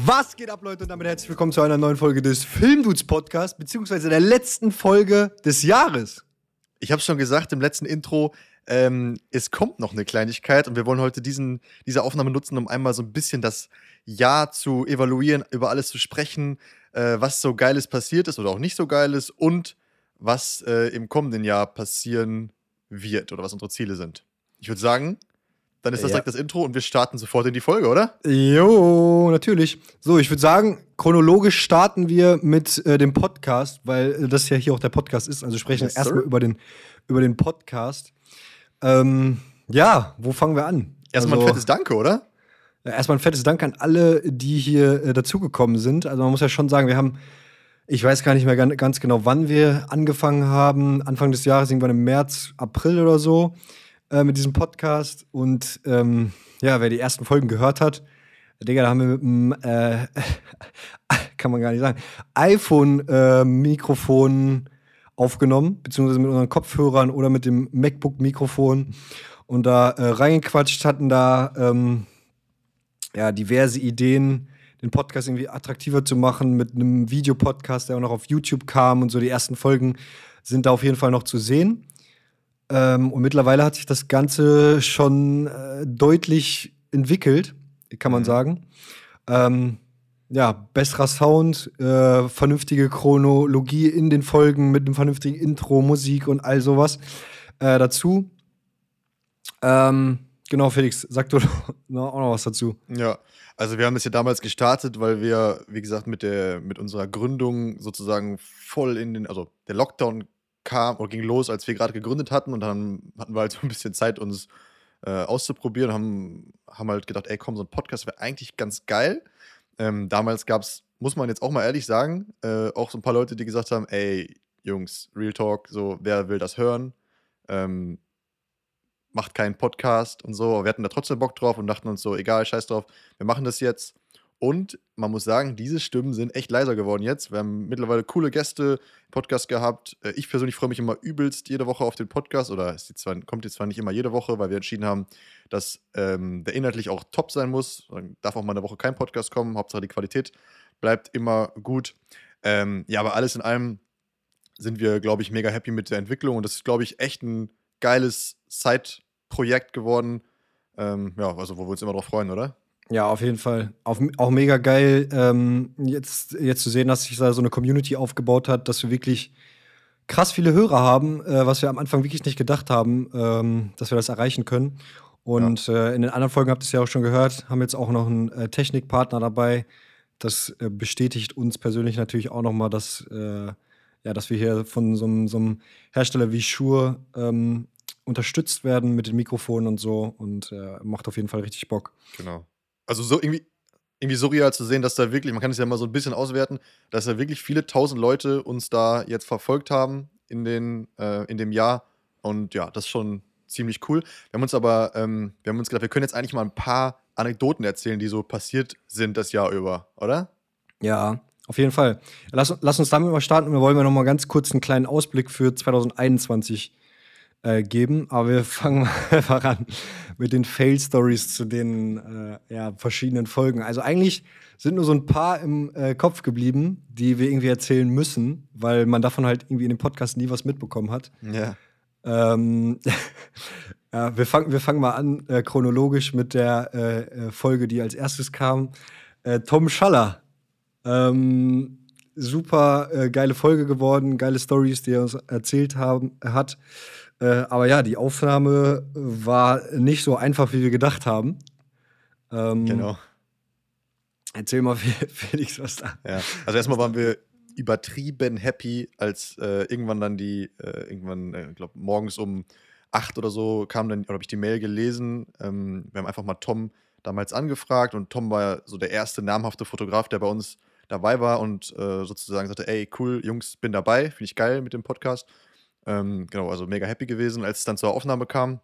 Was geht ab, Leute? Und damit herzlich willkommen zu einer neuen Folge des Filmdudes Podcast, beziehungsweise der letzten Folge des Jahres. Ich habe schon gesagt im letzten Intro, es kommt noch eine Kleinigkeit und wir wollen heute diese Aufnahme nutzen, um einmal so ein bisschen das Jahr zu evaluieren, über alles zu sprechen, was so Geiles passiert ist oder auch nicht so Geiles und was im kommenden Jahr passieren wird oder was unsere Ziele sind. Ich würde sagen, dann ist das direkt das Intro und wir starten sofort in die Folge, oder? Jo, natürlich. So, ich würde sagen, chronologisch starten wir mit dem Podcast, weil das ja hier auch der Podcast ist. Also sprechen wir erstmal über den Podcast. Wo fangen wir an? Erstmal ein fettes Danke, oder? Erstmal ein fettes Dank an alle, die hier dazugekommen sind. Also man muss ja schon sagen, wir haben, ich weiß gar nicht mehr ganz genau, wann wir angefangen haben. Anfang des Jahres, irgendwann im März, April oder so, mit diesem Podcast. Und wer die ersten Folgen gehört hat, Digga, da haben wir mit dem, kann man gar nicht sagen, iPhone-Mikrofon aufgenommen, beziehungsweise mit unseren Kopfhörern oder mit dem MacBook-Mikrofon und da reingequatscht, hatten da diverse Ideen, den Podcast irgendwie attraktiver zu machen mit einem Videopodcast, der auch noch auf YouTube kam und so. Die ersten Folgen sind da auf jeden Fall noch zu sehen. Und mittlerweile hat sich das Ganze schon deutlich entwickelt, kann man sagen. Besserer Sound, vernünftige Chronologie in den Folgen mit einem vernünftigen Intro, Musik und all sowas dazu. Genau, Felix, sag du auch noch was dazu. Ja, also wir haben das ja damals gestartet, weil wir, wie gesagt, mit unserer Gründung sozusagen voll der Lockdown kam oder ging los, als wir gerade gegründet hatten und dann hatten wir halt so ein bisschen Zeit, uns auszuprobieren und haben halt gedacht, ey komm, so ein Podcast wäre eigentlich ganz geil. Damals gab's, muss man jetzt auch mal ehrlich sagen, auch so ein paar Leute, die gesagt haben, ey, Jungs, Real Talk, so, wer will das hören? Macht keinen Podcast und so. Wir hatten da trotzdem Bock drauf und dachten uns so, egal, scheiß drauf, wir machen das jetzt. Und man muss sagen, diese Stimmen sind echt leiser geworden jetzt. Wir haben mittlerweile coole Gäste im Podcast gehabt. Ich persönlich freue mich immer übelst jede Woche auf den Podcast. Oder kommt jetzt zwar nicht immer jede Woche, weil wir entschieden haben, dass der inhaltlich auch top sein muss. Dann darf auch mal eine Woche kein Podcast kommen. Hauptsache die Qualität bleibt immer gut. Aber alles in allem sind wir, glaube ich, mega happy mit der Entwicklung. Und das ist, glaube ich, echt ein geiles Side-Projekt geworden. Also wo wir uns immer drauf freuen, oder? Ja, auf jeden Fall. Auch mega geil, jetzt zu sehen, dass sich da so eine Community aufgebaut hat, dass wir wirklich krass viele Hörer haben, was wir am Anfang wirklich nicht gedacht haben, dass wir das erreichen können. Und in den anderen Folgen habt ihr es ja auch schon gehört, haben jetzt auch noch einen Technikpartner dabei. Das bestätigt uns persönlich natürlich auch nochmal, dass wir hier von so einem Hersteller wie Shure unterstützt werden mit den Mikrofonen und so. Und macht auf jeden Fall richtig Bock. Genau. Also so irgendwie surreal zu sehen, dass da wirklich, man kann es ja mal so ein bisschen auswerten, dass da wirklich viele tausend Leute uns da jetzt verfolgt haben in dem Jahr. Und ja, das ist schon ziemlich cool. Wir haben uns gedacht, wir können jetzt eigentlich mal ein paar Anekdoten erzählen, die so passiert sind das Jahr über, oder? Ja, auf jeden Fall. Lass uns damit mal starten. Wir wollen noch mal ganz kurz einen kleinen Ausblick für 2021 geben. Aber wir fangen mal einfach an mit den Fail-Stories zu den verschiedenen Folgen. Also eigentlich sind nur so ein paar im Kopf geblieben, die wir irgendwie erzählen müssen, weil man davon halt irgendwie in dem Podcast nie was mitbekommen hat. Ja. Wir fangen mal an, chronologisch mit der Folge, die als erstes kam. Tom Schaller. Super geile Folge geworden, geile Stories, die er uns erzählt hat. Aber ja, die Aufnahme war nicht so einfach, wie wir gedacht haben. Genau. Erzähl mal, Felix, was da. Ja. Also erstmal waren wir übertrieben happy, als irgendwann dann ich glaube morgens um 8 oder so kam dann, oder habe ich die Mail gelesen. Wir haben einfach mal Tom damals angefragt und Tom war so der erste namhafte Fotograf, der bei uns dabei war und sozusagen sagte, ey, cool, Jungs, bin dabei, finde ich geil mit dem Podcast. Genau, also mega happy gewesen, als es dann zur Aufnahme kam.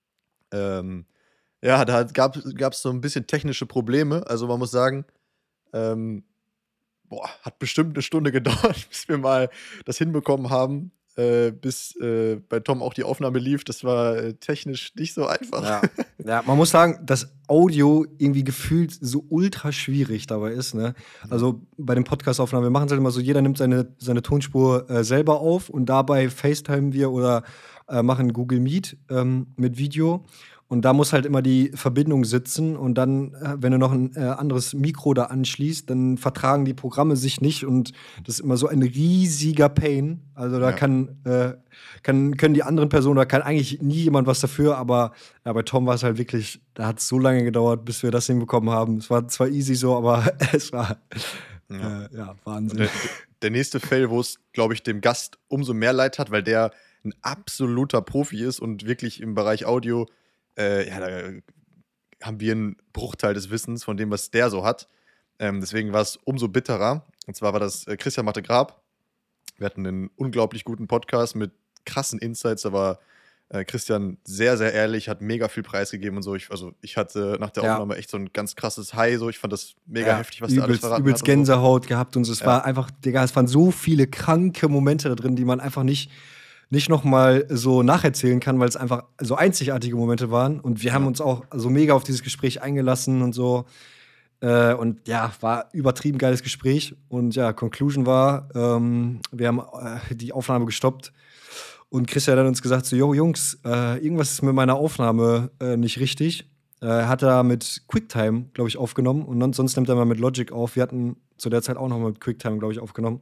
Da gab es so ein bisschen technische Probleme. Also man muss sagen, hat bestimmt eine Stunde gedauert, bis wir mal das hinbekommen haben, bis bei Tom auch die Aufnahme lief. Das war technisch nicht so einfach. Ja. Ja, man muss sagen, dass Audio irgendwie gefühlt so ultra schwierig dabei ist, ne? Also bei den Podcast-Aufnahmen, wir machen es halt immer so, jeder nimmt seine Tonspur selber auf und dabei FaceTimen wir oder machen Google Meet mit Video. Und da muss halt immer die Verbindung sitzen und dann, wenn du noch ein anderes Mikro da anschließt, dann vertragen die Programme sich nicht und das ist immer so ein riesiger Pain. Also da Ja. können die anderen Personen, da kann eigentlich nie jemand was dafür, aber ja, bei Tom war es halt wirklich, da hat es so lange gedauert, bis wir das hinbekommen haben. Es war zwar easy so, aber es war Und Wahnsinn. der nächste Fail, wo es, glaube ich, dem Gast umso mehr leid hat, weil der ein absoluter Profi ist und wirklich im Bereich Audio, da haben wir einen Bruchteil des Wissens von dem, was der so hat. Deswegen war es umso bitterer. Und zwar war das Christian Matte Grab. Wir hatten einen unglaublich guten Podcast mit krassen Insights. Da war Christian sehr, sehr ehrlich, hat mega viel preisgegeben und so. Ich hatte nach der Ja. Aufnahme echt so ein ganz krasses High. So. Ich fand das mega Ja, heftig, was der alles verraten übelst hat. Und so. Gänsehaut gehabt und es Ja. war einfach, Digga, es waren so viele kranke Momente da drin, die man einfach nicht noch mal so nacherzählen kann, weil es einfach so einzigartige Momente waren. Und wir haben Ja. uns auch so mega auf dieses Gespräch eingelassen und so. Und ja, war übertrieben geiles Gespräch. Und ja, Conclusion war, wir haben die Aufnahme gestoppt. Und Christian hat uns gesagt: so, yo, Jungs, irgendwas ist mit meiner Aufnahme nicht richtig. Hat er mit QuickTime, glaube ich, aufgenommen. Und sonst nimmt er mal mit Logic auf. Wir hatten zu der Zeit auch noch mit QuickTime, glaube ich, aufgenommen.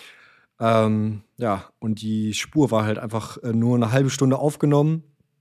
Ja, und die Spur war halt einfach nur eine halbe Stunde aufgenommen.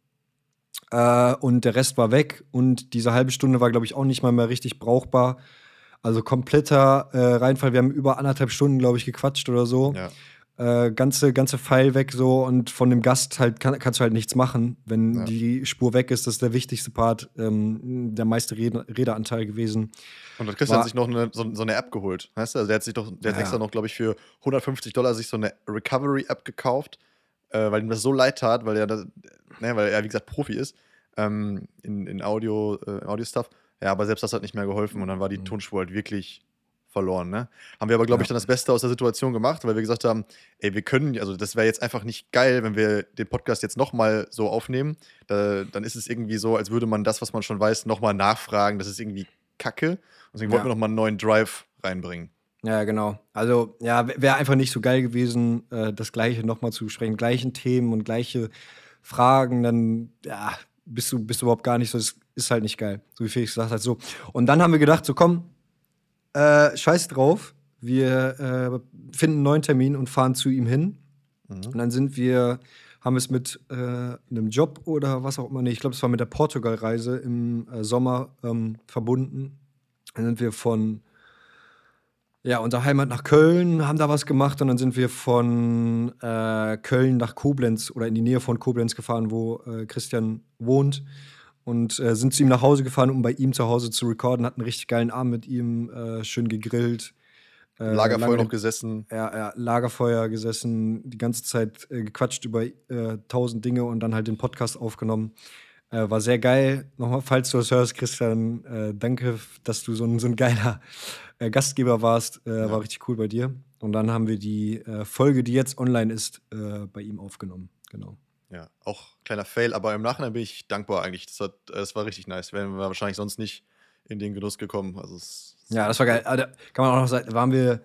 Und der Rest war weg. Und diese halbe Stunde war, glaube ich, auch nicht mal mehr richtig brauchbar. Also kompletter Reinfall. Wir haben über 1,5 Stunden, glaube ich, gequatscht oder so. Ja. Ganze File weg so und von dem Gast halt kannst du halt nichts machen, wenn Ja. die Spur weg ist. Das ist der wichtigste Part, der meiste Redeanteil gewesen. Und hat Christian War- sich noch so eine App geholt. Weißt du? Also der hat Ja. extra noch, glaube ich, für $150 sich so eine Recovery-App gekauft, weil ihm das so leid tat, weil er, wie gesagt, Profi ist in Audio-Stuff. Ja, aber selbst das hat nicht mehr geholfen und dann war die Tonspur halt wirklich verloren. Ne? Haben wir aber, glaube ich, dann das Beste aus der Situation gemacht, weil wir gesagt haben, ey, wir können, also das wäre jetzt einfach nicht geil, wenn wir den Podcast jetzt nochmal so aufnehmen. Dann ist es irgendwie so, als würde man das, was man schon weiß, nochmal nachfragen. Das ist irgendwie Kacke. Deswegen wollten wir nochmal einen neuen Drive reinbringen. Ja, genau. Also, ja, wäre einfach nicht so geil gewesen, das Gleiche nochmal zu besprechen. Gleichen Themen und gleiche Fragen, dann, ja, bist du überhaupt gar nicht so. Das ist halt nicht geil. So wie Felix gesagt hat. So. Und dann haben wir gedacht, so komm, scheiß drauf. Wir finden einen neuen Termin und fahren zu ihm hin. Und dann haben wir es mit einem Job oder was auch immer, nee, ich glaube, es war mit der Portugal-Reise im Sommer verbunden. Dann sind wir von unserer Heimat nach Köln, haben da was gemacht und dann sind wir von Köln nach Koblenz oder in die Nähe von Koblenz gefahren, wo Christian wohnt und sind zu ihm nach Hause gefahren, um bei ihm zu Hause zu recorden, hatten einen richtig geilen Abend mit ihm, schön gegrillt. Lagerfeuer lange- noch gesessen. Lagerfeuer gesessen, die ganze Zeit gequatscht über 1000 Dinge und dann halt den Podcast aufgenommen. War sehr geil. Nochmal, falls du das hörst, Christian, danke, dass du so ein geiler Gastgeber warst. War richtig cool bei dir. Und dann haben wir die Folge, die jetzt online ist, bei ihm aufgenommen. Genau. Ja, auch kleiner Fail, aber im Nachhinein bin ich dankbar eigentlich. Das war richtig nice. Wären wir wahrscheinlich sonst nicht in den Genuss gekommen. Also Ja, das war geil. Also, kann man auch noch sagen,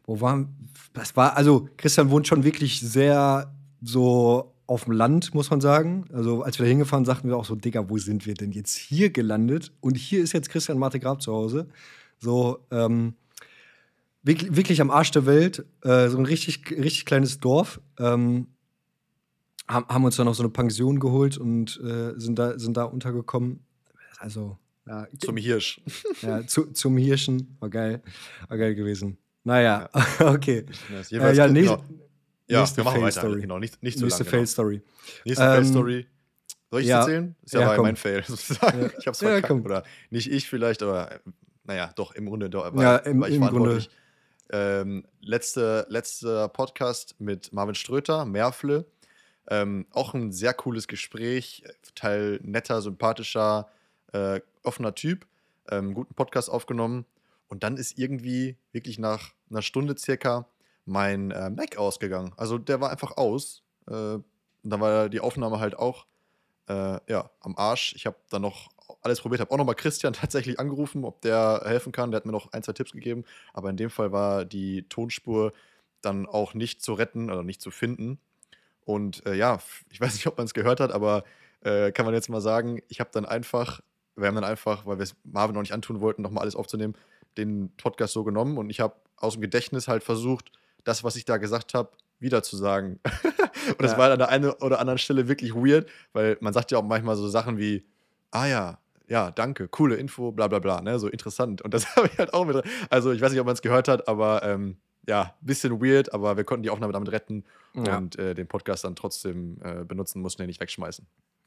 also Christian wohnt schon wirklich sehr so auf dem Land, muss man sagen. Also als wir da hingefahren, sagten wir auch so, Digga, wo sind wir denn jetzt hier gelandet? Und hier ist jetzt Christian Marte Grab zu Hause. So, wirklich am Arsch der Welt. So ein richtig kleines Dorf. Haben uns dann noch so eine Pension geholt und sind da untergekommen. Also, ja, zum Hirsch. ja, zum Hirschen. War geil gewesen. Naja, okay. Nice. Jedenfalls, ja, genau. Ja, nächste wir machen weiter. Fail-Story. Genau, nicht zu Nächste lang. Genau. Fail-Story. Nächste Ähm, Fail-Story. Soll ich ja. es erzählen? Ist ja, Ja, komm. mein Fail sozusagen. Ja. Ich hab's Ja, verkackt. komm. Oder nicht ich vielleicht, aber naja, doch, im Grunde war ich im verantwortlich. Letzter Podcast mit Marvin Ströter, Merfle. Auch ein sehr cooles Gespräch. Teil netter, sympathischer, offener Typ. Guten Podcast aufgenommen. Und dann ist irgendwie wirklich nach einer Stunde circa mein Mac ausgegangen. Also der war einfach aus. Und dann war die Aufnahme halt auch am Arsch. Ich habe dann noch alles probiert, habe auch nochmal Christian tatsächlich angerufen, ob der helfen kann. Der hat mir noch 1, 2 Tipps gegeben. Aber in dem Fall war die Tonspur dann auch nicht zu retten oder nicht zu finden. Und ich weiß nicht, ob man es gehört hat, aber kann man jetzt mal sagen, wir haben dann einfach, weil wir es Marvin noch nicht antun wollten, nochmal alles aufzunehmen, den Podcast so genommen und ich habe aus dem Gedächtnis halt versucht, das, was ich da gesagt habe, wieder zu sagen. Und das war an der einen oder anderen Stelle wirklich weird, weil man sagt ja auch manchmal so Sachen wie, ja, danke, coole Info, bla bla bla, ne, so interessant. Und das habe ich halt auch mit. Also ich weiß nicht, ob man es gehört hat, aber bisschen weird, aber wir konnten die Aufnahme damit retten und den Podcast dann trotzdem benutzen, mussten den nicht wegschmeißen.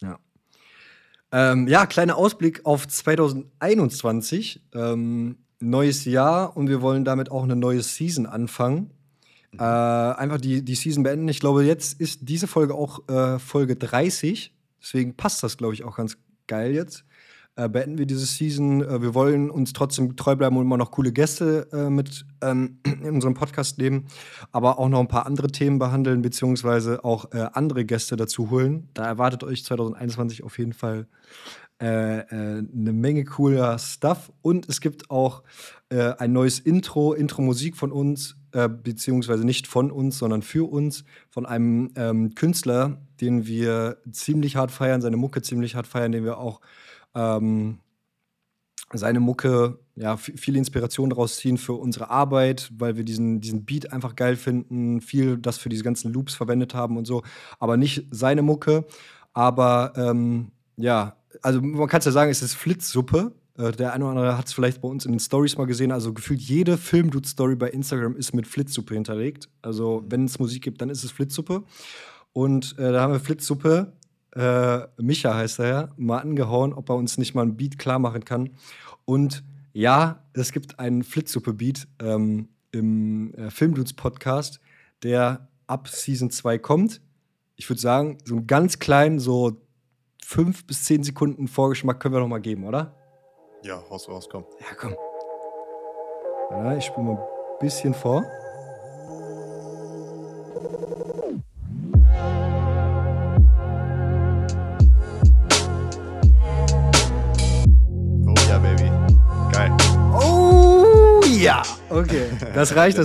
Ja. Kleiner Ausblick auf 2021. Neues Jahr und wir wollen damit auch eine neue Season anfangen. Einfach die Season beenden. Ich glaube, jetzt ist diese Folge auch Folge 30. Deswegen passt das, glaube ich, auch ganz geil jetzt. Beenden wir diese Season. Wir wollen uns trotzdem treu bleiben und immer noch coole Gäste mit in unserem Podcast nehmen, aber auch noch ein paar andere Themen behandeln, beziehungsweise auch andere Gäste dazu holen. Da erwartet euch 2021 auf jeden Fall eine Menge cooler Stuff. Und es gibt auch ein neues Intro-Musik von uns, beziehungsweise nicht von uns, sondern für uns, von einem Künstler, den wir ziemlich hart feiern, seine Mucke ziemlich hart feiern, den wir auch seine Mucke, viel Inspiration daraus ziehen für unsere Arbeit, weil wir diesen Beat einfach geil finden, viel das für diese ganzen Loops verwendet haben und so, aber nicht seine Mucke. Aber also man kann es ja sagen, es ist Flitzsuppe. Der eine oder andere hat es vielleicht bei uns in den Stories mal gesehen. Also gefühlt jede Film-Dude-Story bei Instagram ist mit Flitzsuppe hinterlegt. Also wenn es Musik gibt, dann ist es Flitzsuppe. Und da haben wir Flitzsuppe, Micha heißt er ja, mal angehauen, ob er uns nicht mal einen Beat klar machen kann. Und ja, es gibt einen Flitzsuppe-Beat im Filmdudes-Podcast, der ab Season 2 kommt. Ich würde sagen, so einen ganz kleinen, so 5 bis 10 Sekunden Vorgeschmack können wir noch mal geben, oder? Ja, raus, komm. Ja, komm. Ja, ich spiele mal ein bisschen vor. Oh ja, Baby. Geil. Oh ja! Okay, das reicht.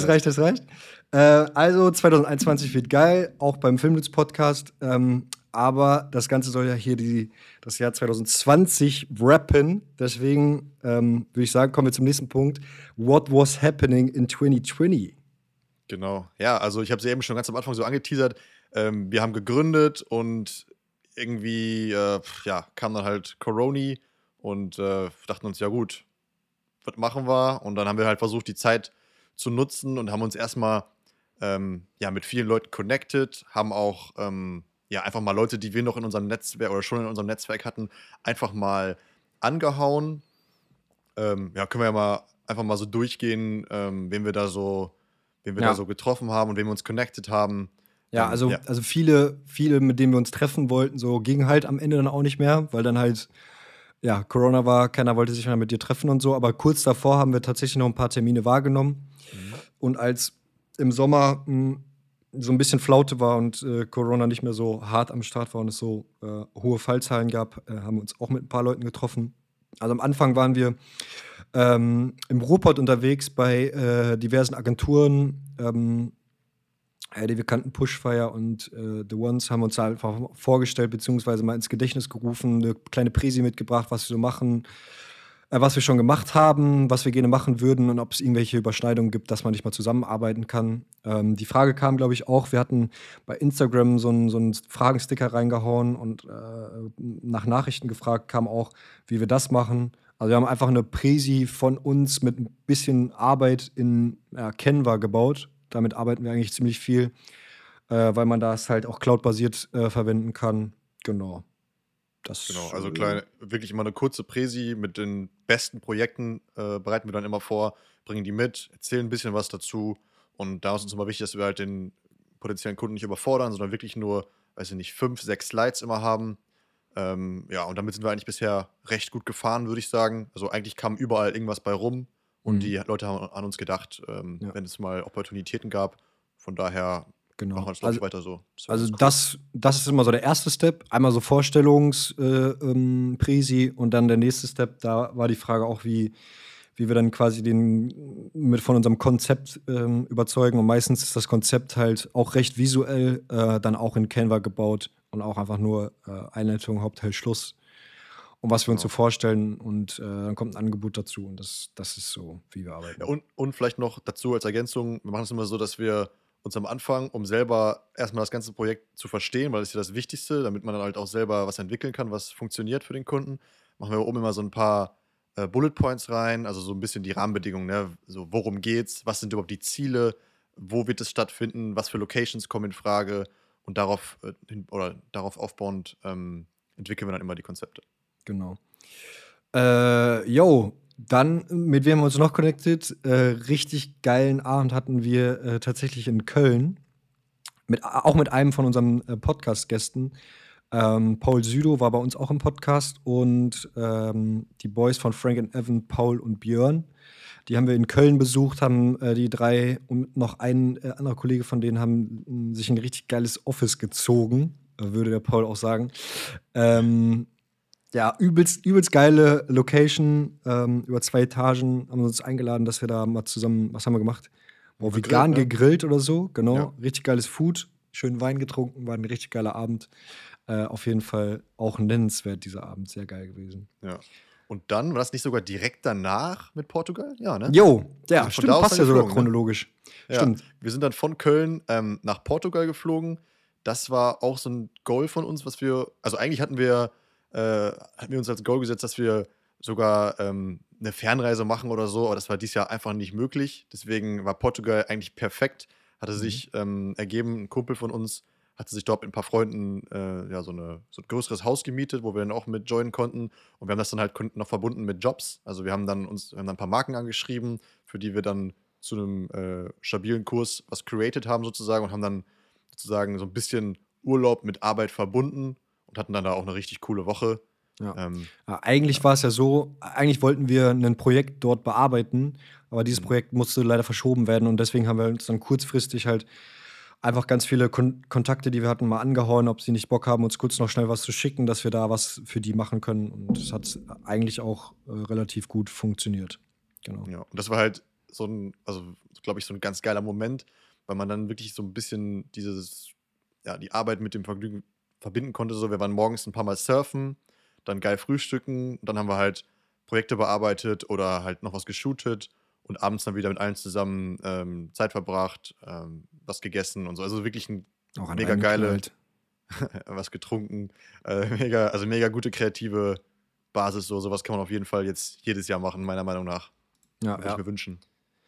Also 2021 wird geil, auch beim Filmdudes-Podcast. Aber das Ganze soll ja hier das Jahr 2020 rappen. Deswegen würde ich sagen, kommen wir zum nächsten Punkt. What was happening in 2020? Genau. Ja, also ich habe sie eben schon ganz am Anfang so angeteasert. Wir haben gegründet und irgendwie kam dann halt Corona und dachten uns, ja gut, was machen wir? Und dann haben wir halt versucht, die Zeit zu nutzen und haben uns erstmal mit vielen Leuten connected, haben auch einfach mal Leute, die wir noch in unserem Netzwerk oder schon in unserem Netzwerk hatten, einfach mal angehauen. Können wir ja mal einfach mal so durchgehen, wen wir da so getroffen haben und wen wir uns connected haben. Also viele, mit denen wir uns treffen wollten, so ging halt am Ende dann auch nicht mehr, weil dann halt Corona war, keiner wollte sich mehr mit dir treffen und so. Aber kurz davor haben wir tatsächlich noch ein paar Termine wahrgenommen. Und als im Sommer so ein bisschen Flaute war und Corona nicht mehr so hart am Start war und es so hohe Fallzahlen gab, haben wir uns auch mit ein paar Leuten getroffen. Also am Anfang waren wir im Ruhrpott unterwegs bei diversen Agenturen, die wir kannten, Pushfire und The Ones, haben uns da einfach vorgestellt, beziehungsweise mal ins Gedächtnis gerufen, eine kleine Präsi mitgebracht, was wir so machen, was wir schon gemacht haben, was wir gerne machen würden und ob es irgendwelche Überschneidungen gibt, dass man nicht mal zusammenarbeiten kann. Die Frage kam, glaube ich, auch, wir hatten bei Instagram so einen Fragensticker reingehauen und nach Nachrichten gefragt, kam auch, wie wir das machen. Also wir haben einfach eine Präsi von uns mit ein bisschen Arbeit in Canva gebaut. Damit arbeiten wir eigentlich ziemlich viel, weil man das halt auch cloudbasiert verwenden kann. Genau. Genau, also wirklich immer eine kurze Präsi mit den besten Projekten bereiten wir dann immer vor, bringen die mit, erzählen ein bisschen was dazu und da ist uns immer wichtig, dass wir halt den potenziellen Kunden nicht überfordern, sondern wirklich nur, 5, 6 Slides immer haben. Und damit sind wir eigentlich bisher recht gut gefahren, würde ich sagen. Also eigentlich kam überall irgendwas bei rum und die Leute haben an uns gedacht, wenn es mal Opportunitäten gab. Von daher machen Genau. wir es, glaube ich, weiter so. Das wäre Also ganz cool. das ist immer so der erste Step. Einmal so Vorstellungs-Präsi und dann der nächste Step, da war die Frage auch, wie wir dann quasi von unserem Konzept überzeugen. Und meistens ist das Konzept halt auch recht visuell, dann auch in Canva gebaut und auch einfach nur Einleitung, Hauptteil, Schluss. Und was wir uns so Genau. vorstellen und dann kommt ein Angebot dazu und das ist so, wie wir Ja, arbeiten. und vielleicht noch dazu als Ergänzung, wir machen es immer so, dass wir uns am Anfang, um selber erstmal das ganze Projekt zu verstehen, weil das ist ja das Wichtigste, damit man dann halt auch selber was entwickeln kann, was funktioniert für den Kunden, machen wir oben immer so ein paar Bullet Points rein, also so ein bisschen die Rahmenbedingungen, ne? So, worum geht's, was sind überhaupt die Ziele, wo wird es stattfinden, was für Locations kommen in Frage und darauf aufbauend entwickeln wir dann immer die Konzepte. Genau. Dann, mit wem haben wir uns noch connected? Richtig geilen Abend hatten wir tatsächlich in Köln. Auch mit einem von unseren Podcast-Gästen. Paul Südow war bei uns auch im Podcast und die Boys von Frank and Evan, Paul und Björn. Die haben wir in Köln besucht, haben die drei und noch ein anderer Kollege von denen haben sich ein richtig geiles Office gezogen, würde der Paul auch sagen. Ja, übelst geile Location, über 2 Etagen, haben wir uns eingeladen, dass wir da mal zusammen, was haben wir gemacht? Boah, Gegrillt, vegan ne? gegrillt oder so, genau. Ja. Richtig geiles Food, schön Wein getrunken, war ein richtig geiler Abend. Auf jeden Fall auch nennenswert, dieser Abend, sehr geil gewesen. Ja. Und dann, war das nicht sogar direkt danach mit Portugal? Ja, ne? Jo, Wir ja, sind von stimmt, da aus passt dann ja sogar geflogen, ne? chronologisch. Ja, Stimmt. wir sind dann von Köln nach Portugal geflogen. Das war auch so ein Goal von uns, also eigentlich hatten wir uns als Goal gesetzt, dass wir sogar eine Fernreise machen oder so, aber das war dieses Jahr einfach nicht möglich. Deswegen war Portugal eigentlich perfekt. Hatte sich ergeben, ein Kumpel von uns hatte sich dort mit ein paar Freunden so ein größeres Haus gemietet, wo wir dann auch mit joinen konnten. Und wir haben das dann halt noch verbunden mit Jobs. Also wir haben dann ein paar Marken angeschrieben, für die wir dann zu einem stabilen Kurs was created haben sozusagen und haben dann sozusagen so ein bisschen Urlaub mit Arbeit verbunden und hatten dann da auch eine richtig coole Woche. Ja. Ähm, Eigentlich war es ja so, eigentlich wollten wir ein Projekt dort bearbeiten, aber dieses Projekt musste leider verschoben werden und deswegen haben wir uns dann kurzfristig halt einfach ganz viele Kontakte, die wir hatten, mal angehauen, ob sie nicht Bock haben, uns kurz noch schnell was zu schicken, dass wir da was für die machen können. Und das hat eigentlich auch relativ gut funktioniert. Genau. Ja, und das war halt glaube ich, so ein ganz geiler Moment, weil man dann wirklich so ein bisschen die Arbeit mit dem Vergnügen verbinden konnte. So, wir waren morgens ein paar Mal surfen, dann geil frühstücken, dann haben wir halt Projekte bearbeitet oder halt noch was geshootet und abends dann wieder mit allen zusammen Zeit verbracht, was gegessen und so. Also wirklich ein Auch mega geile, reingeknallt. was getrunken, mega gute kreative Basis. Sowas kann man auf jeden Fall jetzt jedes Jahr machen, meiner Meinung nach. Ja, Würde ich mir wünschen.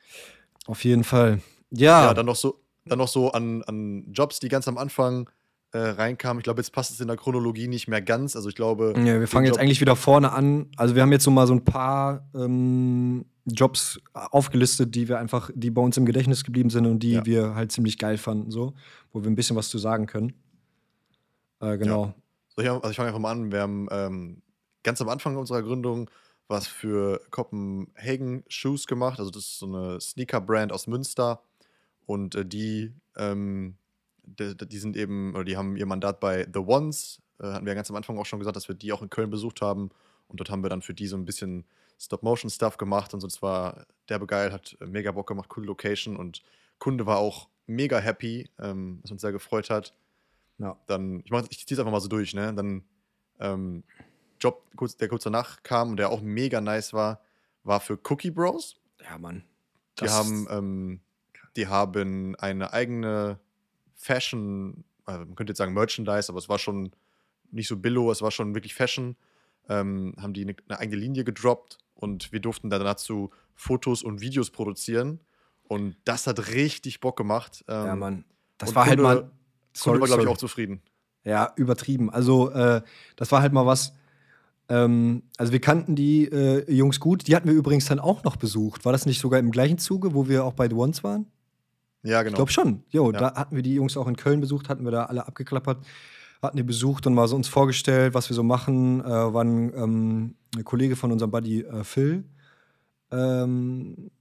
auf jeden Fall. Ja, Ja, dann noch so an Jobs, die ganz am Anfang reinkamen. Ich glaube, jetzt passt es in der Chronologie nicht mehr ganz. Also ich glaube, ja, wir den fangen jetzt Job, eigentlich wieder vorne an. Also wir haben jetzt so mal so ein paar Jobs aufgelistet, die bei uns im Gedächtnis geblieben sind und die Ja. wir halt ziemlich geil fanden, so, wo wir ein bisschen was zu sagen können. Genau. Also ich fange einfach mal an. Wir haben ganz am Anfang unserer Gründung was für Copenhagen Shoes gemacht. Also das ist so eine Sneaker-Brand aus Münster. Und die sind eben, oder die haben ihr Mandat bei The Ones. Hatten wir ja ganz am Anfang auch schon gesagt, dass wir die auch in Köln besucht haben. Und dort haben wir dann für die so ein bisschen Stop-Motion-Stuff gemacht. Und so, das war derbe geil, hat mega Bock gemacht, coole Location. Und Kunde war auch mega happy, was uns sehr gefreut hat. Ja. Dann, ich ziehe es einfach mal so durch, ne? Dann Job, der kurz danach kam und der auch mega nice war für Cookie Bros. Ja, Mann. Die haben eine eigene Fashion, man könnte jetzt sagen Merchandise, aber es war schon nicht so billo, es war schon wirklich Fashion. Haben die eine eigene Linie gedroppt und wir durften dann dazu Fotos und Videos produzieren. Und das hat richtig Bock gemacht. Ja, Mann. Das und war halt Kunde, mal. Kunde war, glaube ich, Sorry. auch zufrieden. Ja, übertrieben. Also, das war halt mal was. Also, wir kannten die Jungs gut. Die hatten wir übrigens dann auch noch besucht. War das nicht sogar im gleichen Zuge, wo wir auch bei The Ones waren? Ja, Ich genau. glaube schon. Jo, Ja. da hatten wir die Jungs auch in Köln besucht, hatten wir da alle abgeklappert, hatten die besucht und mal so uns vorgestellt, was wir so machen. War ein Kollege von unserem Buddy Phil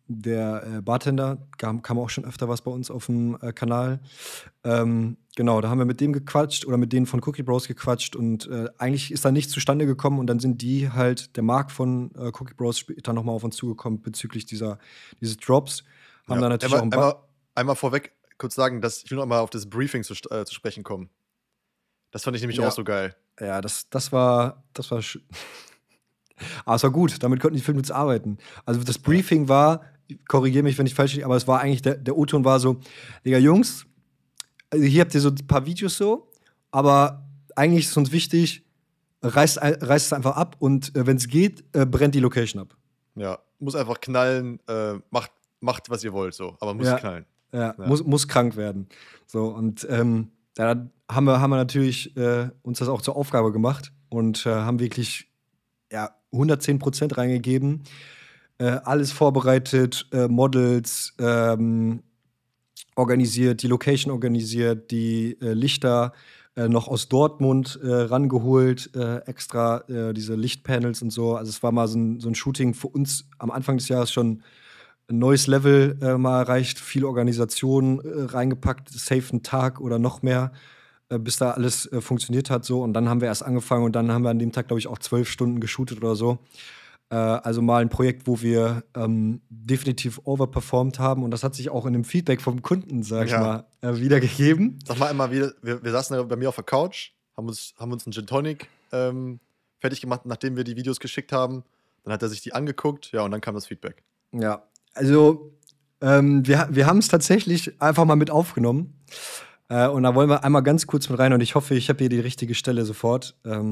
der Bartender, kam auch schon öfter was bei uns auf dem Kanal. Genau, da haben wir mit dem gequatscht oder mit denen von Cookie Bros gequatscht und eigentlich ist da nichts zustande gekommen und dann sind die halt, der Marc von Cookie Bros später nochmal auf uns zugekommen bezüglich dieses Drops. Haben Ja. da natürlich auch Einmal vorweg kurz sagen, dass ich will noch mal auf das Briefing zu sprechen kommen. Das fand ich nämlich Ja. auch so geil. Ja, das war aber es war gut, damit konnten die Filmdudes arbeiten. Also das Briefing war, korrigiere mich, wenn ich falsch liege, aber es war eigentlich, der O-Ton war so, Digga, Jungs, also hier habt ihr so ein paar Videos so, aber eigentlich ist uns wichtig, reißt es einfach ab und wenn es geht, brennt die Location ab. Ja, muss einfach knallen, macht, was ihr wollt, so, aber muss knallen. Ja. Muss krank werden. So, und da haben wir natürlich uns das auch zur Aufgabe gemacht und haben wirklich 110% reingegeben. Alles vorbereitet, Models organisiert, die Location organisiert, die Lichter noch aus Dortmund rangeholt, extra diese Lichtpanels und so. Also es war mal so ein Shooting für uns am Anfang des Jahres schon ein neues Level mal erreicht, viel Organisation reingepackt, safe einen Tag oder noch mehr, bis da alles funktioniert hat so. Und dann haben wir erst angefangen und dann haben wir an dem Tag, glaube ich, auch 12 Stunden geshootet oder so. Also mal ein Projekt, wo wir definitiv overperformed haben und das hat sich auch in dem Feedback vom Kunden, sag ich mal, wiedergegeben. Sag mal einmal, wir saßen ja bei mir auf der Couch, haben uns einen Gin Tonic fertig gemacht, nachdem wir die Videos geschickt haben. Dann hat er sich die angeguckt, ja, und dann kam das Feedback. Ja, also wir haben es tatsächlich einfach mal mit aufgenommen. Und da wollen wir einmal ganz kurz mit rein und ich hoffe, ich habe hier die richtige Stelle sofort. Ja.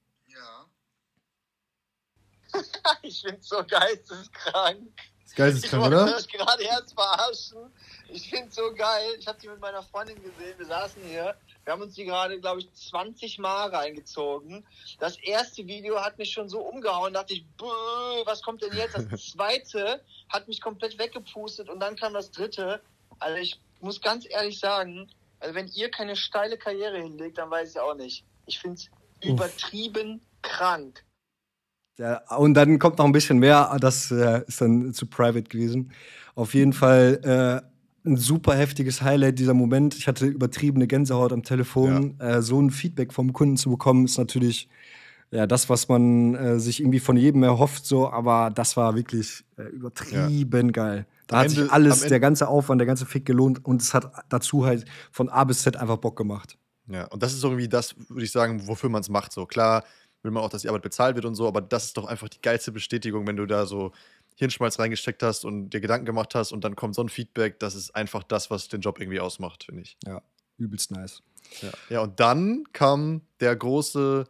Ich find's so geisteskrank. Geisteskrank, Ich oder? wollte euch gerade erst verarschen. Ich find's so geil. Ich habe die mit meiner Freundin gesehen. Wir saßen hier. Wir haben uns die gerade, glaube ich, 20 Mal reingezogen. Das erste Video hat mich schon so umgehauen. Da dachte ich, was kommt denn jetzt? Das zweite hat mich komplett weggepustet. Und dann kam das dritte. Also ich muss ganz ehrlich sagen, also wenn ihr keine steile Karriere hinlegt, dann weiß ich auch nicht. Ich find's übertrieben krank. Ja, und dann kommt noch ein bisschen mehr, das ist dann zu private gewesen. Auf jeden Fall ein super heftiges Highlight, dieser Moment. Ich hatte übertriebene Gänsehaut am Telefon. So ein Feedback vom Kunden zu bekommen, ist natürlich das, was man sich irgendwie von jedem erhofft, so, aber das war wirklich übertrieben geil. Da hat sich alles, der ganze Aufwand, der ganze Fick gelohnt und es hat dazu halt von A bis Z einfach Bock gemacht. Ja, und das ist irgendwie das, würde ich sagen, wofür man es macht. So klar will man auch, dass die Arbeit bezahlt wird und so, aber das ist doch einfach die geilste Bestätigung, wenn du da so Hirnschmalz reingesteckt hast und dir Gedanken gemacht hast und dann kommt so ein Feedback, das ist einfach das, was den Job irgendwie ausmacht, finde ich. Ja, übelst nice. Ja, und dann kam der große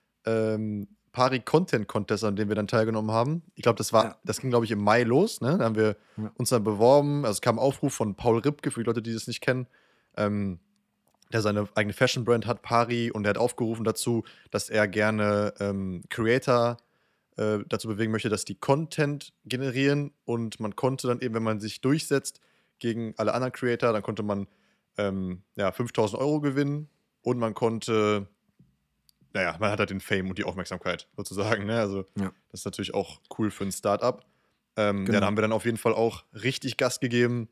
Pari-Content-Contest, an dem wir dann teilgenommen haben. Ich glaube, das ging, glaube ich, im Mai los, ne? Da haben wir uns dann beworben. Also es kam ein Aufruf von Paul Ripke, für die Leute, die das nicht kennen, der seine eigene Fashion-Brand hat, Pari, und der hat aufgerufen dazu, dass er gerne Creator dazu bewegen möchte, dass die Content generieren und man konnte dann eben, wenn man sich durchsetzt gegen alle anderen Creator, dann konnte man 5.000 € gewinnen und man konnte, man hat halt den Fame und die Aufmerksamkeit sozusagen, ne? Also das ist natürlich auch cool für ein Start-up. Da haben wir dann auf jeden Fall auch richtig Gas gegeben,